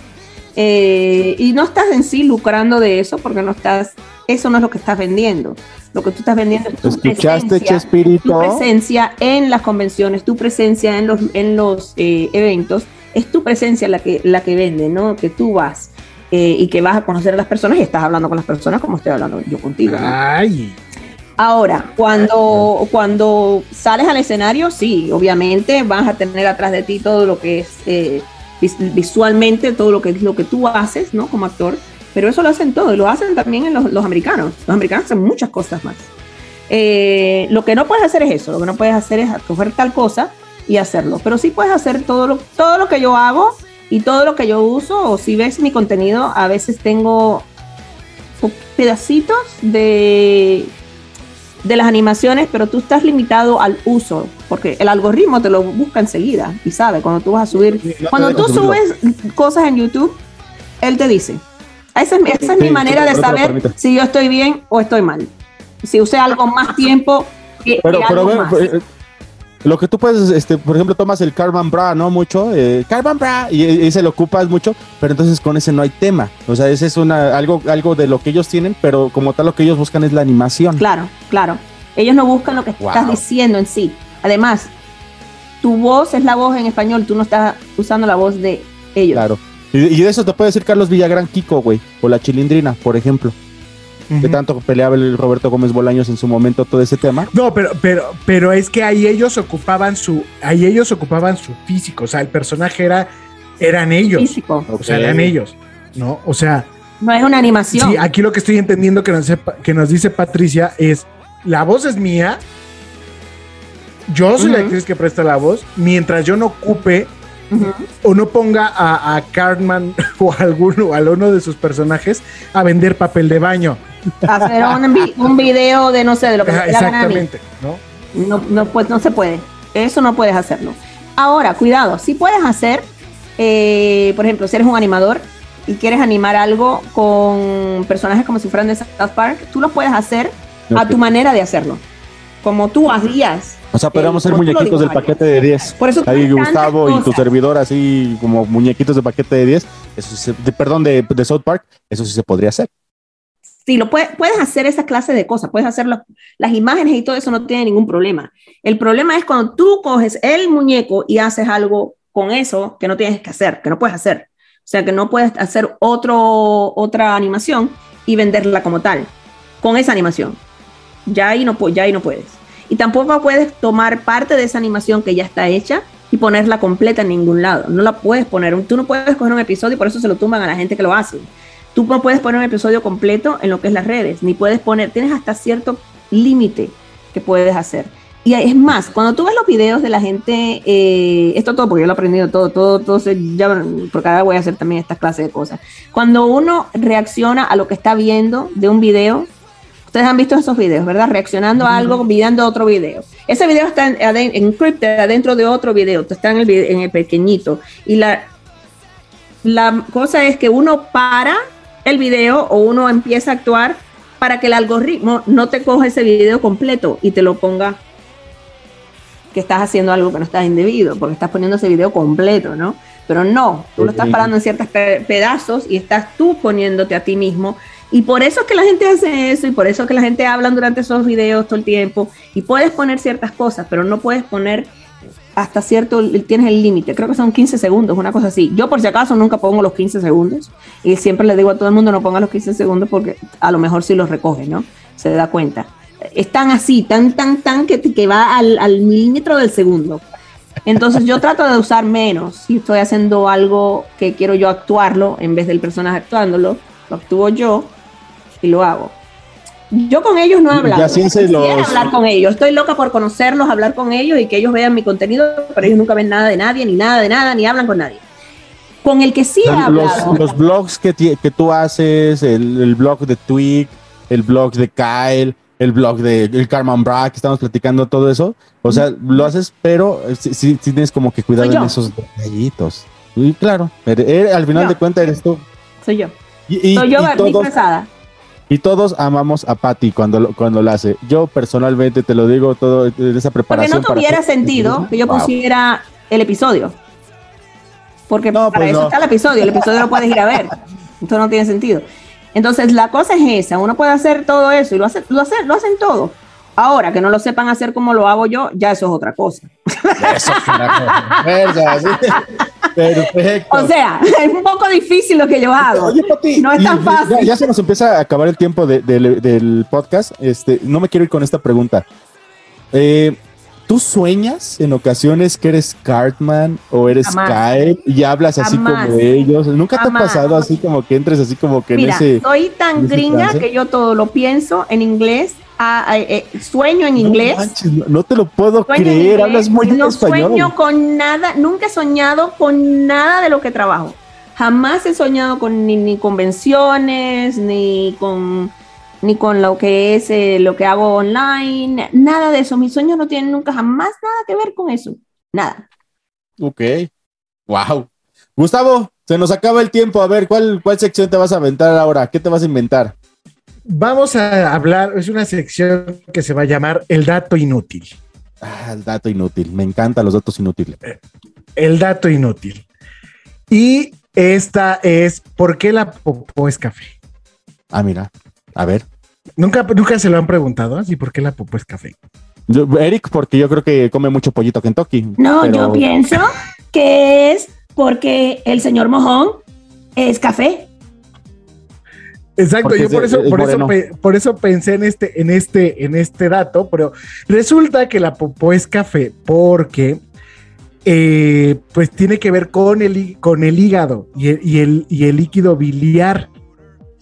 S3: Eh, y no estás en sí lucrando de eso porque no estás, eso no es lo que estás vendiendo. Lo que tú estás vendiendo es tu
S7: ¿Escuchaste,
S3: presencia,
S7: Chespirito?
S3: tu presencia en las convenciones, tu presencia en los, en los eh, eventos, es tu presencia la que, la que vende, ¿no? Que tú vas eh, y que vas a conocer a las personas y estás hablando con las personas como estoy hablando yo contigo, ¿no?
S8: Ay,
S3: Ahora, cuando, cuando sales al escenario, sí, obviamente vas a tener atrás de ti todo lo que es eh, vis- visualmente, todo lo que es lo que tú haces, ¿no? Como actor, pero eso lo hacen todo y lo hacen también en los, los americanos. Los americanos hacen muchas cosas más. Eh, lo que no puedes hacer es eso, lo que no puedes hacer es coger tal cosa y hacerlo, pero sí puedes hacer todo lo, todo lo que yo hago y todo lo que yo uso, o si ves mi contenido, a veces tengo pedacitos de de las animaciones, pero tú estás limitado al uso, porque el algoritmo te lo busca enseguida y sabe cuando tú vas a subir.
S7: Sí, no te
S3: Cuando
S7: deja
S3: tú
S7: subirlo.
S3: subes cosas en YouTube, él te dice. Esa es, mi- esa es
S7: Sí,
S3: mi manera
S7: sí,
S3: de
S7: no te lo
S3: saber
S7: permite.
S3: si yo estoy bien o estoy mal. Si usé algo más tiempo que,
S7: Pero,
S3: que
S7: pero
S3: algo
S7: ve,
S3: más.
S7: eh, lo que tú puedes, este, por ejemplo, tomas el Carbon Bra, ¿no? Mucho, eh, Carbon Bra, y, y ese lo ocupas mucho, pero entonces con ese no hay tema. O sea, ese es una, algo, algo de lo que ellos tienen, pero como tal lo que ellos buscan es la animación.
S3: Claro, claro. Ellos no buscan lo que
S7: Wow.
S3: estás diciendo en sí. Además, tu voz es la voz en español, tú no estás usando la voz de ellos.
S7: Claro. Y, y de eso te puede decir Carlos Villagrán Kiko, güey, o la Chilindrina, por ejemplo. Que tanto peleaba el Roberto Gómez Bolaños en su momento todo ese tema.
S8: no, pero, pero, pero es que ahí ellos ocupaban su, ahí ellos ocupaban su físico, o sea, el personaje era, eran ellos.
S3: Físico.
S8: O sea,
S7: Ok.
S8: eran ellos, ¿no? O sea,
S3: No es una animación.
S8: Sí, aquí lo que estoy entendiendo que nos, sepa, que nos dice Patricia es, la voz es mía, yo soy uh-huh. la actriz que presta la voz, mientras yo no ocupe uh-huh. o no ponga a, a Cartman o a alguno, o a uno de sus personajes a vender papel de baño.
S3: Hacer un, un video de no sé, de lo que
S8: se exactamente, ¿no?
S3: No, no, pues, no se puede. Eso no puedes hacerlo. Ahora, cuidado, sí puedes hacer, eh, por ejemplo, si eres un animador y quieres animar algo con personajes como si fueran de South Park, tú lo puedes hacer okay. a tu manera de hacerlo, como tú harías.
S7: O sea, podríamos eh, ser muñequitos del paquete de diez.
S3: Por eso
S7: ahí Gustavo cosas. Y tu servidor así como muñequitos de paquete de diez, eso sí, de, perdón, de, de South Park, eso sí se podría hacer.
S3: Sí, lo puede, puedes hacer esa clase de cosas, puedes hacer los, las imágenes y todo eso, no tiene ningún problema. El problema es cuando tú coges el muñeco y haces algo con eso que no tienes que hacer, que no puedes hacer. O sea, que no puedes hacer otro, otra animación y venderla como tal, con esa animación. Ya ahí, no, ya ahí no puedes. Y tampoco puedes tomar parte de esa animación que ya está hecha y ponerla completa en ningún lado. No la puedes poner. Tú no puedes coger un episodio y por eso se lo tumban a la gente que lo hace. Tú no puedes poner un episodio completo en lo que es las redes, ni puedes poner, tienes hasta cierto límite que puedes hacer. Y es más, cuando tú ves los videos de la gente, eh, esto todo, porque yo lo he aprendido todo, todo, todo, se, ya, porque ahora voy a hacer también esta clase de cosas. Cuando uno reacciona a lo que está viendo de un video, ustedes han visto esos videos, ¿verdad? Reaccionando a algo, mirando otro video. Ese video está en, en, encrypted adentro de otro video, está en el, en el pequeñito. Y la, la cosa es que uno para el video o uno empieza a actuar para que el algoritmo no te coja ese video completo y te lo ponga que estás haciendo algo que no está indebido, porque estás poniendo ese video completo, ¿no? Pero no, tú lo estás parando en ciertos pedazos y estás tú poniéndote a ti mismo. Y por eso es que la gente hace eso y por eso es que la gente habla durante esos videos todo el tiempo. Y puedes poner ciertas cosas, pero no puedes poner hasta cierto, tienes el límite. Creo que son quince segundos, una cosa así. Yo por si acaso nunca pongo los quince segundos y siempre le digo a todo el mundo no ponga los quince segundos porque a lo mejor sí los recoge, ¿no? Se da cuenta. Están así, tan, tan, tan, que, que va al, al milímetro del segundo. Entonces yo trato de usar menos. Si estoy haciendo algo que quiero yo actuarlo, en vez del personaje actuándolo, lo actúo yo y lo hago. Yo con ellos no he hablado. Quisiera los... hablar con ellos. Estoy loca por conocerlos, hablar con ellos y que ellos vean mi contenido, pero ellos nunca ven nada de nadie, ni nada de nada, ni hablan con nadie. Con el que sí he hablado.
S7: Los, los blogs que, que tú haces, el, el blog de Twig, el blog de Kyle, el blog de el Cartman Brack, que estamos platicando todo eso, o sea, lo haces, pero sí, sí tienes como que cuidar en esos detallitos. Y claro, eres, eres, al final yo. de cuentas eres tú.
S3: Soy yo.
S7: Y, y,
S3: Soy yo,
S7: y todos, y todos amamos a Patty cuando lo, cuando lo hace. Yo personalmente te lo digo todo en esa preparación.
S3: Porque no tuviera para sentido que, que yo wow. pusiera el episodio. Porque no, para pues eso no. está el episodio, el episodio lo puedes ir a ver. Esto no tiene sentido. Entonces la cosa es esa, uno puede hacer todo eso y lo, hace, lo, hace, lo hacen todo. Ahora, que no lo sepan hacer como lo hago yo, ya eso es otra cosa. Eso es una cosa. ¿Verdad? Perfecto. O sea, es un poco difícil lo que yo hago. Oye, Pati, no es tan fácil.
S7: Ya, ya se nos empieza a acabar el tiempo de, de, de, del podcast. Este, no me quiero ir con esta pregunta. Eh, ¿Tú sueñas en ocasiones que eres Cartman o eres Kyle y hablas así Jamás. como ellos? ¿Nunca Jamás. te ha pasado así como que entres así como que
S3: Mira,
S7: en ese...
S3: soy tan gringa que yo todo lo pienso en inglés, a, a, eh, sueño en
S7: no
S3: inglés.
S7: Manches, no, no te lo puedo sueño creer, hablas muy bien
S3: no
S7: español.
S3: No sueño con nada, nunca he soñado con nada de lo que trabajo. Jamás he soñado con ni, ni convenciones, ni con... ni con lo que es eh, lo que hago online, nada de eso. Mis sueños no tienen nunca jamás nada que ver con eso. Nada.
S7: Ok. Wow. Gustavo, se nos acaba el tiempo. A ver, ¿cuál, cuál sección te vas a aventar ahora? ¿Qué te vas a inventar?
S8: Vamos a hablar, es una sección que se va a llamar El Dato Inútil.
S7: Ah, el dato inútil. Me encantan los datos inútiles.
S8: El dato inútil. Y esta es, ¿por qué la popó es café?
S7: Ah, mira. A ver.
S8: ¿Nunca, nunca se lo han preguntado así, ¿por qué la popó es café?
S7: Yo, Eric, porque yo creo que come mucho pollito Kentucky.
S3: No, pero... yo pienso que es porque el señor Mojón es café.
S8: Exacto, porque yo por eso, por eso, pe, por eso pensé en este, en este, en este dato, pero resulta que la popó es café porque eh, pues tiene que ver con el, con el hígado y el, y el, y el líquido biliar.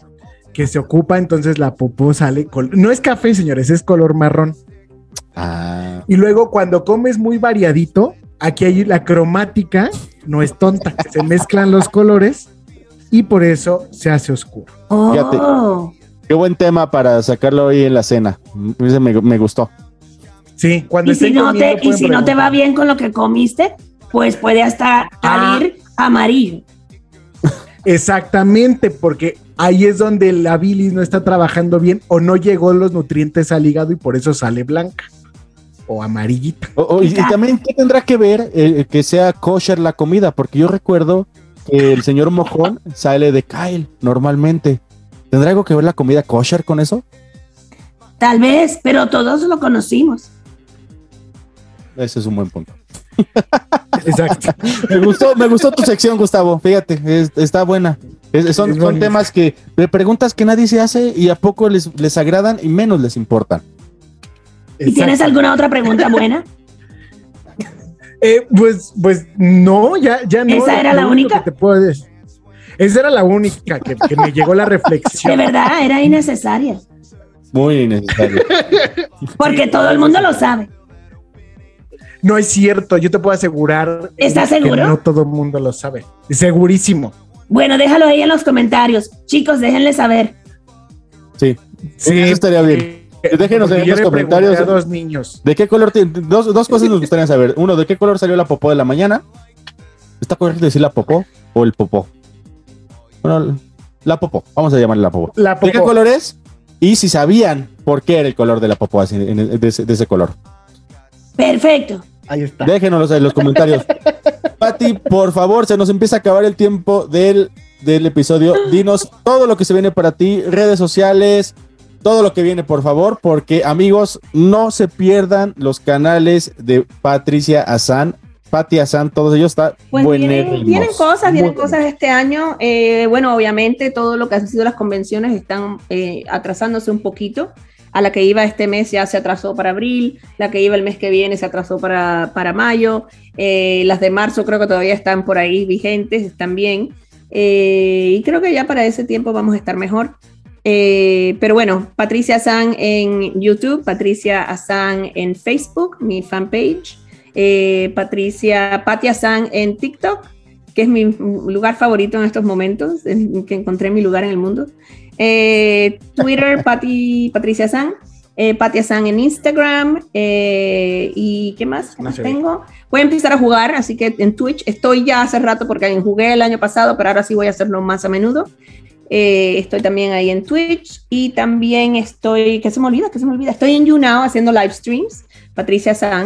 S8: que se ocupa, entonces la popó sale, col- no es café, señores, es color marrón.
S7: Ah.
S8: Y luego cuando comes muy variadito, aquí hay la cromática, no es tonta, se mezclan los colores y por eso se hace oscuro.
S7: Fíjate, qué buen tema para sacarlo hoy en la cena. Me, me gustó.
S8: Sí, cuando
S9: y si,
S8: estén
S9: no
S8: comiendo,
S9: te, y
S8: pueden
S9: si no te
S8: preguntar.
S9: va bien con lo que comiste, pues puede hasta salir amarillo.
S8: Exactamente, porque ahí es donde la bilis no está trabajando bien o no llegó los nutrientes al hígado y por eso sale blanca o amarillita.
S7: O- o- y, y también, ¿qué tendrá que ver eh, que sea kosher la comida? Porque yo recuerdo que el señor Mojón sale de Kyle normalmente. ¿Tendrá algo que ver la comida kosher con eso?
S9: Tal vez, pero todos lo conocimos.
S7: Ese es un buen punto.
S8: Exacto.
S7: Me gustó, me gustó tu sección, Gustavo. Fíjate, es- está buena. Es- son,
S8: Es
S7: son
S8: bonito.
S7: temas que de preguntas que nadie se hace y a poco les, les agradan y menos les importan.
S9: ¿Y tienes alguna otra pregunta buena?
S8: Eh, pues, pues no, ya, ya no.
S9: ¿Esa era
S8: Lo
S9: la
S8: único
S9: única?
S8: que te puedo decir. Esa era la única que, que me llegó la
S9: De
S8: reflexión.
S9: verdad, era innecesaria.
S7: Muy innecesario.
S9: Porque todo el mundo lo sabe.
S8: No es cierto, yo te puedo asegurar.
S9: ¿Estás
S8: que
S9: seguro?
S8: No todo el mundo lo sabe. Segurísimo.
S9: Bueno, déjalo ahí en los comentarios. Chicos, déjenle saber.
S7: Sí,
S8: Sí,
S7: eso estaría bien. Déjenos
S8: porque
S7: en
S8: yo
S7: los
S8: le pregunté
S7: comentarios.
S8: a dos niños.
S7: ¿De qué color tiene? Dos, dos cosas nos gustaría saber. Uno, ¿de qué color salió la popó de la mañana? ¿Está correcto decir la popó o el popó? Bueno, la popó. Vamos a llamarle la popó.
S8: La
S7: ¿De qué
S8: popó.
S7: color es? Y si sabían por qué era el color de la popó así, en- de, ese, de ese color.
S9: Perfecto.
S8: Ahí está.
S7: Déjenos en los comentarios. Pati, por favor, se nos empieza a acabar el tiempo del, del episodio. Dinos todo lo que se viene para ti, redes sociales, todo lo que viene, por favor, porque amigos, no se pierdan los canales de Patricia Hassan, Pati Hassan, todos ellos están
S3: Pues
S7: buenos.
S3: vienen, vienen cosas, vienen cosas este año. Eh, bueno, obviamente todo lo que han sido las convenciones están eh, atrasándose un poquito. A la que iba este mes ya se atrasó para abril, la que iba el mes que viene se atrasó para, para mayo, eh, las de marzo creo que todavía están por ahí vigentes, están bien. Eh, y creo que ya para ese tiempo vamos a estar mejor. Eh, pero bueno, Patricia Hassan en YouTube, Patricia Hassan en Facebook, mi fanpage. Eh, Patricia, Pati Hassan en TikTok, que es mi lugar favorito en estos momentos, en que encontré mi lugar en el mundo. Eh, Twitter, Pati, Patricia Hassan. Eh, Pati Hassan en Instagram. Eh, ¿Y qué más? ¿Qué
S8: No
S3: más
S8: se ve.
S3: tengo? Voy a empezar a jugar, así que en Twitch estoy ya hace rato porque jugué el año pasado, pero ahora sí voy a hacerlo más a menudo. Eh, estoy también ahí en Twitch y también estoy, ¿qué se me olvida? ¿Qué se me olvida? Estoy en YouNow haciendo live streams, Patricia Hassan.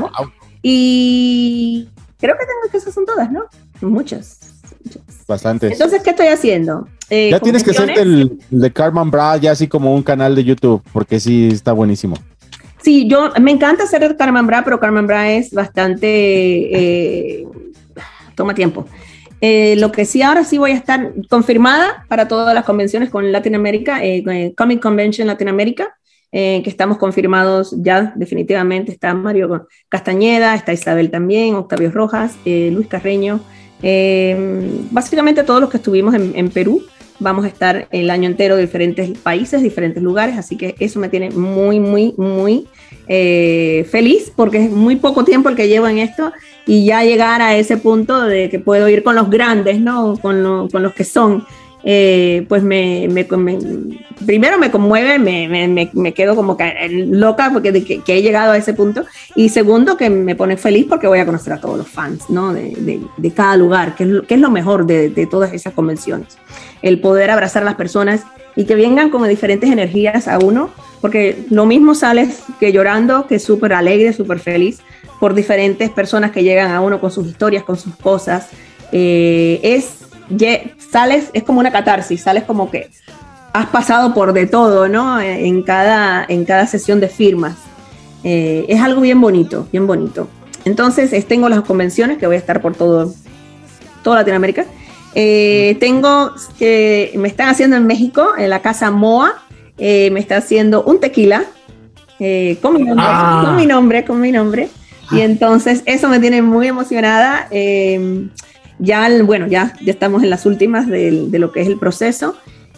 S3: Y creo que tengo que esas son todas, ¿no? Muchas. muchas.
S7: Bastantes.
S3: Entonces, ¿qué estoy haciendo? Eh,
S7: Ya tienes que hacerte
S3: convenciones.
S7: el, el de Carmen Bra, ya así como un canal de YouTube, porque sí está buenísimo.
S3: Sí, yo me encanta hacer el Carmen Bra, pero Carmen Bra es bastante, eh, toma tiempo. Eh, lo que sí, ahora sí voy a estar confirmada para todas las convenciones con Latinoamérica, eh, con el Comic Convention Latinoamérica, eh, que estamos confirmados ya definitivamente. Está Mario Castañeda, está Isabel también, Octavio Rojas, eh, Luis Carreño, eh, básicamente todos los que estuvimos en, en Perú. Vamos a estar el año entero de diferentes países, diferentes lugares, así que eso me tiene muy, muy, muy eh, feliz, porque es muy poco tiempo el que llevo en esto y ya llegar a ese punto de que puedo ir con los grandes, ¿no? Con, lo, con los que son, eh, pues me, me, me, primero me conmueve, me, me, me, me quedo como que loca porque de que, que he llegado a ese punto, y segundo que me pone feliz porque voy a conocer a todos los fans, ¿no? De, de, de cada lugar, que es lo, que es lo mejor de, de todas esas convenciones. El poder abrazar a las personas y que vengan con diferentes energías a uno, porque lo mismo sales que llorando, que súper alegre, súper feliz, por diferentes personas que llegan a uno con sus historias, con sus cosas. Eh, es, ye, sales, es como una catarsis, sales como que has pasado por de todo, ¿no? En cada, en cada sesión de firmas. Eh, es algo bien bonito, bien bonito. Entonces, es, tengo las convenciones que voy a estar por todo, toda Latinoamérica. Eh, tengo que me están haciendo en México, en la casa M O A, eh, me está haciendo un tequila eh, con mi nombre,
S8: Ah.
S3: con mi nombre, con mi nombre. Y entonces eso me tiene muy emocionada. Eh, ya, bueno, ya, ya estamos en las últimas de, de lo que es el proceso.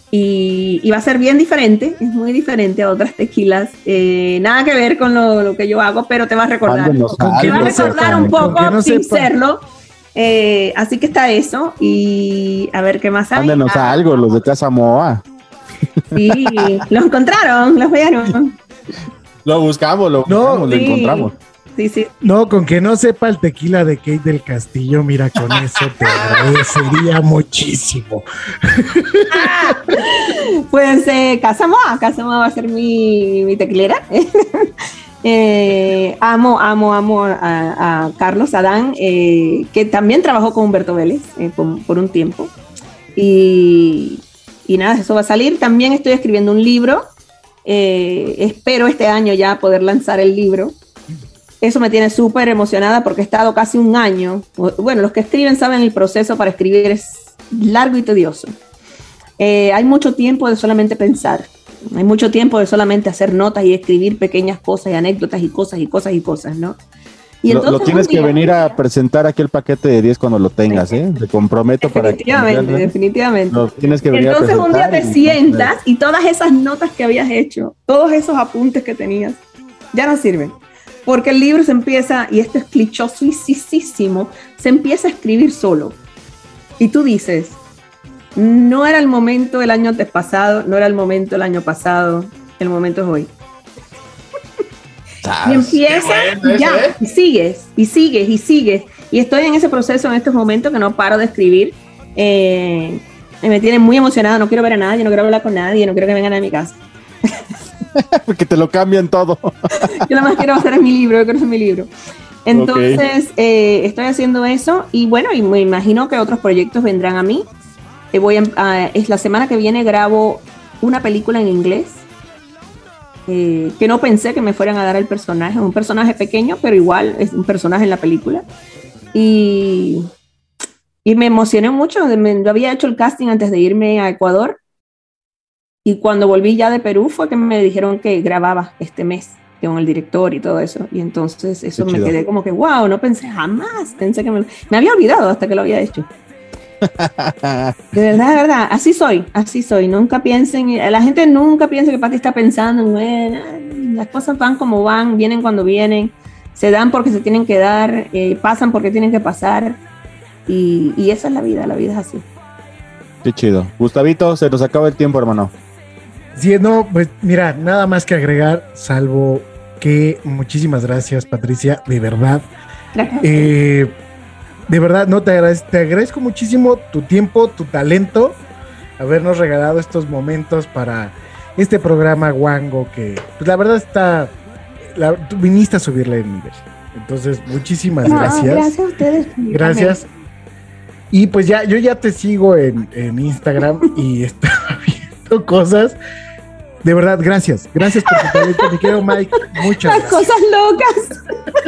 S3: Y, y va a ser bien diferente, es muy diferente a otras tequilas. Eh, nada que ver con lo, lo que yo hago, pero te va a recordar.
S7: Mándenos
S3: Te va a
S7: algo,
S3: recordar
S7: sepa,
S3: un poco
S8: no
S3: sin
S8: sepa.
S3: serlo. Eh, así que está eso. Y a ver qué más hay.
S7: Mándenos
S3: Ah,
S7: algo, los de Casa Moa.
S3: Sí, lo encontraron, los vieron.
S7: Lo buscamos, lo
S8: No,
S7: buscamos, lo
S3: sí.
S7: encontramos.
S3: Sí, sí.
S8: No, con que no sepa el tequila de Kate del Castillo, mira, con eso te agradecería muchísimo.
S3: Pues eh, Casamoa, Casamoa va a ser mi, mi tequilera. eh, amo, amo, amo a, a Carlos Adán, eh, que también trabajó con Humberto Vélez eh, por, por un tiempo. Y, y nada, eso va a salir. También estoy escribiendo un libro. Eh, espero este año ya poder lanzar el libro. Eso me tiene súper emocionada porque he estado casi un año. Bueno, los que escriben saben el proceso para escribir es largo y tedioso. Eh, hay mucho tiempo de solamente pensar. Hay mucho tiempo de solamente hacer notas y escribir pequeñas cosas y anécdotas y cosas y cosas y cosas, ¿no? Y
S7: Lo,
S3: entonces
S7: lo tienes
S3: un día-
S7: que venir a presentar aquí el paquete de diez cuando lo tengas, ¿eh? Te comprometo para que...
S3: Definitivamente, definitivamente.
S7: Lo tienes que venir
S3: Entonces
S7: a
S3: un día
S7: presentar
S3: te
S7: y-
S3: sientas y todas esas notas que habías hecho, todos esos apuntes que tenías, ya no sirven. Porque el libro se empieza, y esto es clichosísimo, se empieza a escribir solo. Y tú dices, no era el momento el año antes pasado, no era el momento el año pasado, el momento es hoy. Y empieza,
S7: bueno
S3: y ya,
S7: eso, ¿eh?
S3: y sigues, y sigues, y sigues. Y estoy en ese proceso en estos momentos que no paro de escribir. Eh, me tiene muy emocionada, no quiero ver a nadie, no quiero hablar con nadie, no quiero que vengan a mi casa.
S7: Porque te lo cambian todo.
S3: Yo nada más quiero hacer mi libro, yo quiero hacer mi libro. Entonces, eh, estoy haciendo eso y bueno, y me imagino que otros proyectos vendrán a mí. Eh, voy a, a- es la semana que viene grabo una película en inglés eh, que no pensé que me fueran a dar el personaje, un personaje pequeño, pero igual es un personaje en la película. Y, y me emocioné mucho, me, yo había hecho el casting antes de irme a Ecuador y cuando volví ya de Perú fue que me dijeron que grababa este mes con el director y todo eso. Y entonces eso
S7: Qué
S3: me
S7: chido.
S3: quedé como que, wow, no pensé jamás, pensé que me, me había olvidado hasta que lo había hecho. De verdad, de verdad, así soy, así soy. Nunca piensen, la gente nunca piensa que Pati está pensando en, bueno, las cosas van como van, vienen cuando vienen, se dan porque se tienen que dar, eh, pasan porque tienen que pasar. Y, y esa es la vida, la vida es así.
S7: Qué chido. Gustavito, se nos acaba el tiempo, hermano.
S8: Sí, no, pues mira, nada más que agregar, salvo que muchísimas gracias, Patricia, de verdad.
S3: Gracias.
S8: Eh, de verdad, no te agradezco, te agradezco muchísimo tu tiempo, tu talento, habernos regalado estos momentos para este programa Wango que, pues la verdad está, la, tú viniste a subirle el nivel. Entonces, muchísimas
S3: No,
S8: gracias.
S3: gracias a ustedes.
S8: Gracias. Y pues ya, yo ya te sigo en, en Instagram y estaba viendo cosas. De verdad, gracias. Gracias por tu talento, mi querido Mike. Muchas
S3: Las
S8: gracias.
S3: cosas locas.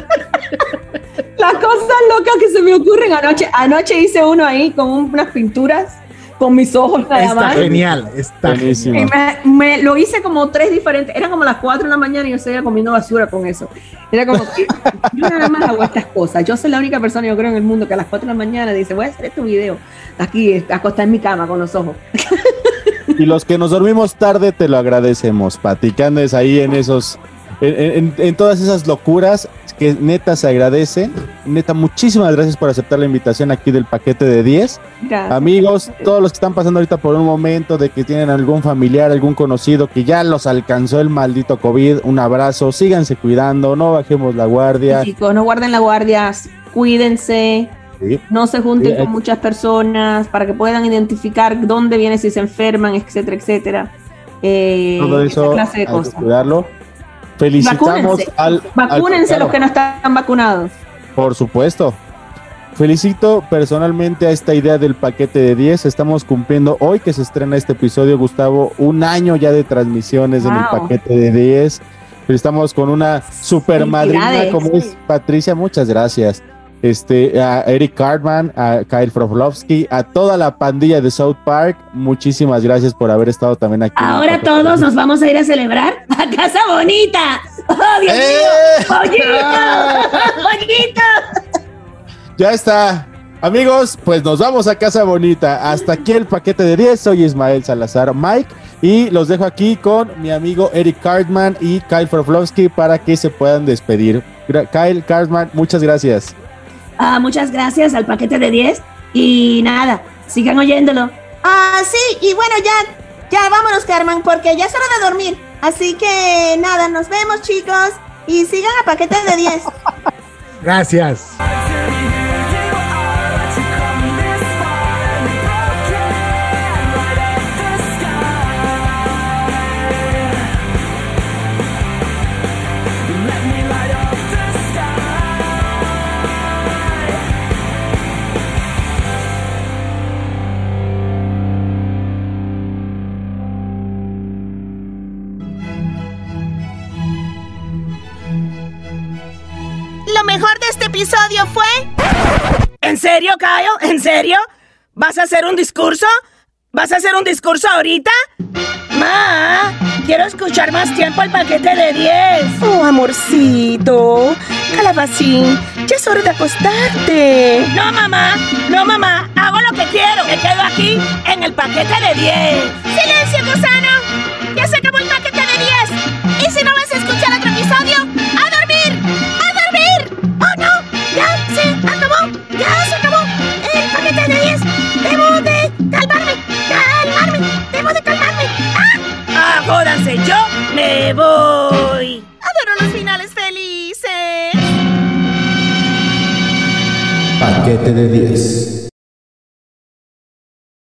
S3: Las cosas locas que se me ocurren anoche. Anoche hice uno ahí con unas pinturas con mis ojos nada
S8: Está
S3: más.
S8: genial, está
S7: Buenísimo.
S3: Y me, me lo hice como tres diferentes. Eran como las cuatro de la mañana y yo seguía comiendo basura con eso. Era como que yo nada más hago estas cosas. Yo soy la única persona, yo creo, en el mundo que a las cuatro de la mañana dice, voy a hacer este video aquí, acostada en mi cama con los ojos.
S7: Y los que nos dormimos tarde te lo agradecemos, Pati, que andes ahí en esos, en, en- en todas esas locuras que neta se agradece. Neta, muchísimas gracias por aceptar la invitación aquí del paquete de diez.
S3: Gracias.
S7: Amigos, todos los que están pasando ahorita por un momento de que tienen algún familiar, algún conocido que ya los alcanzó el maldito COVID, un abrazo, síganse cuidando, no bajemos la guardia.
S3: Chicos, no guarden la guardia, cuídense.
S7: Sí.
S3: No se junten
S7: Sí,
S3: con
S7: eh.
S3: muchas personas para que puedan identificar dónde viene si se enferman, etcétera, etcétera. Eh,
S7: Todo
S3: esa
S7: eso
S3: clase de
S7: hay que
S3: cosas.
S7: cuidarlo. Felicitamos
S3: Vacúnense,
S7: al...
S3: vacúnense
S7: al-
S3: los que no están vacunados.
S7: Por supuesto. Felicito personalmente a esta idea del paquete de diez. Estamos cumpliendo hoy que se estrena este episodio, Gustavo, un año ya de transmisiones en el
S3: Wow.
S7: paquete de diez. Estamos con una super madrina
S3: Felicidades.
S7: como es Patricia. Muchas gracias. Este, a Eric Cartman, a Kyle Froflovsky, a toda la pandilla de South Park. Muchísimas gracias por haber estado también aquí. en el
S5: Ahora
S7: paquete
S5: todos
S7: de
S5: nos vamos a ir a celebrar a Casa Bonita. ¡Oh, Dios
S7: ¡Eh!
S5: mío! ¡Pollito! ¡Pollito!
S7: Ya está. Amigos, pues nos vamos a casa bonita. Hasta aquí el paquete de diez. Soy Ismael Salazar Mike y los dejo aquí con mi amigo Eric Cartman y Kyle Froflovsky para que se puedan despedir. Gra- Kyle Cartman, muchas gracias.
S9: Ah, muchas gracias al paquete de diez y nada, sigan oyéndolo.
S5: Ah, sí, y bueno, ya, ya vámonos, Carmen, porque ya es hora de dormir. Así que nada, nos vemos, chicos, y sigan a paquete de diez.
S8: Gracias.
S5: Lo mejor de este episodio fue...
S13: ¿En serio, Kyle? ¿En serio? ¿Vas a hacer un discurso? ¿Vas a hacer un discurso ahorita? Ma, quiero escuchar más tiempo el paquete de diez. Oh, amorcito, calabacín, ya es hora de acostarte. No, mamá, no, mamá, hago lo que quiero. Me quedo aquí en el paquete de diez.
S5: ¡Silencio, gusano! ¡Ya se acabó el paquete de diez! Y si no vas a escuchar otro episodio, ¡a dormir! ¡A dormir! ¡Oh, no! ¡Ya se acabó! ¡Ya se acabó el paquete de diez! ¡Debo de calmarme! ¡Calmarme! ¡Debo de calmarme! ¡Ah!
S13: ¡Ah, jódanse! ¡Yo me voy!
S5: ¡Adoro los finales felices!
S10: Paquete de diez.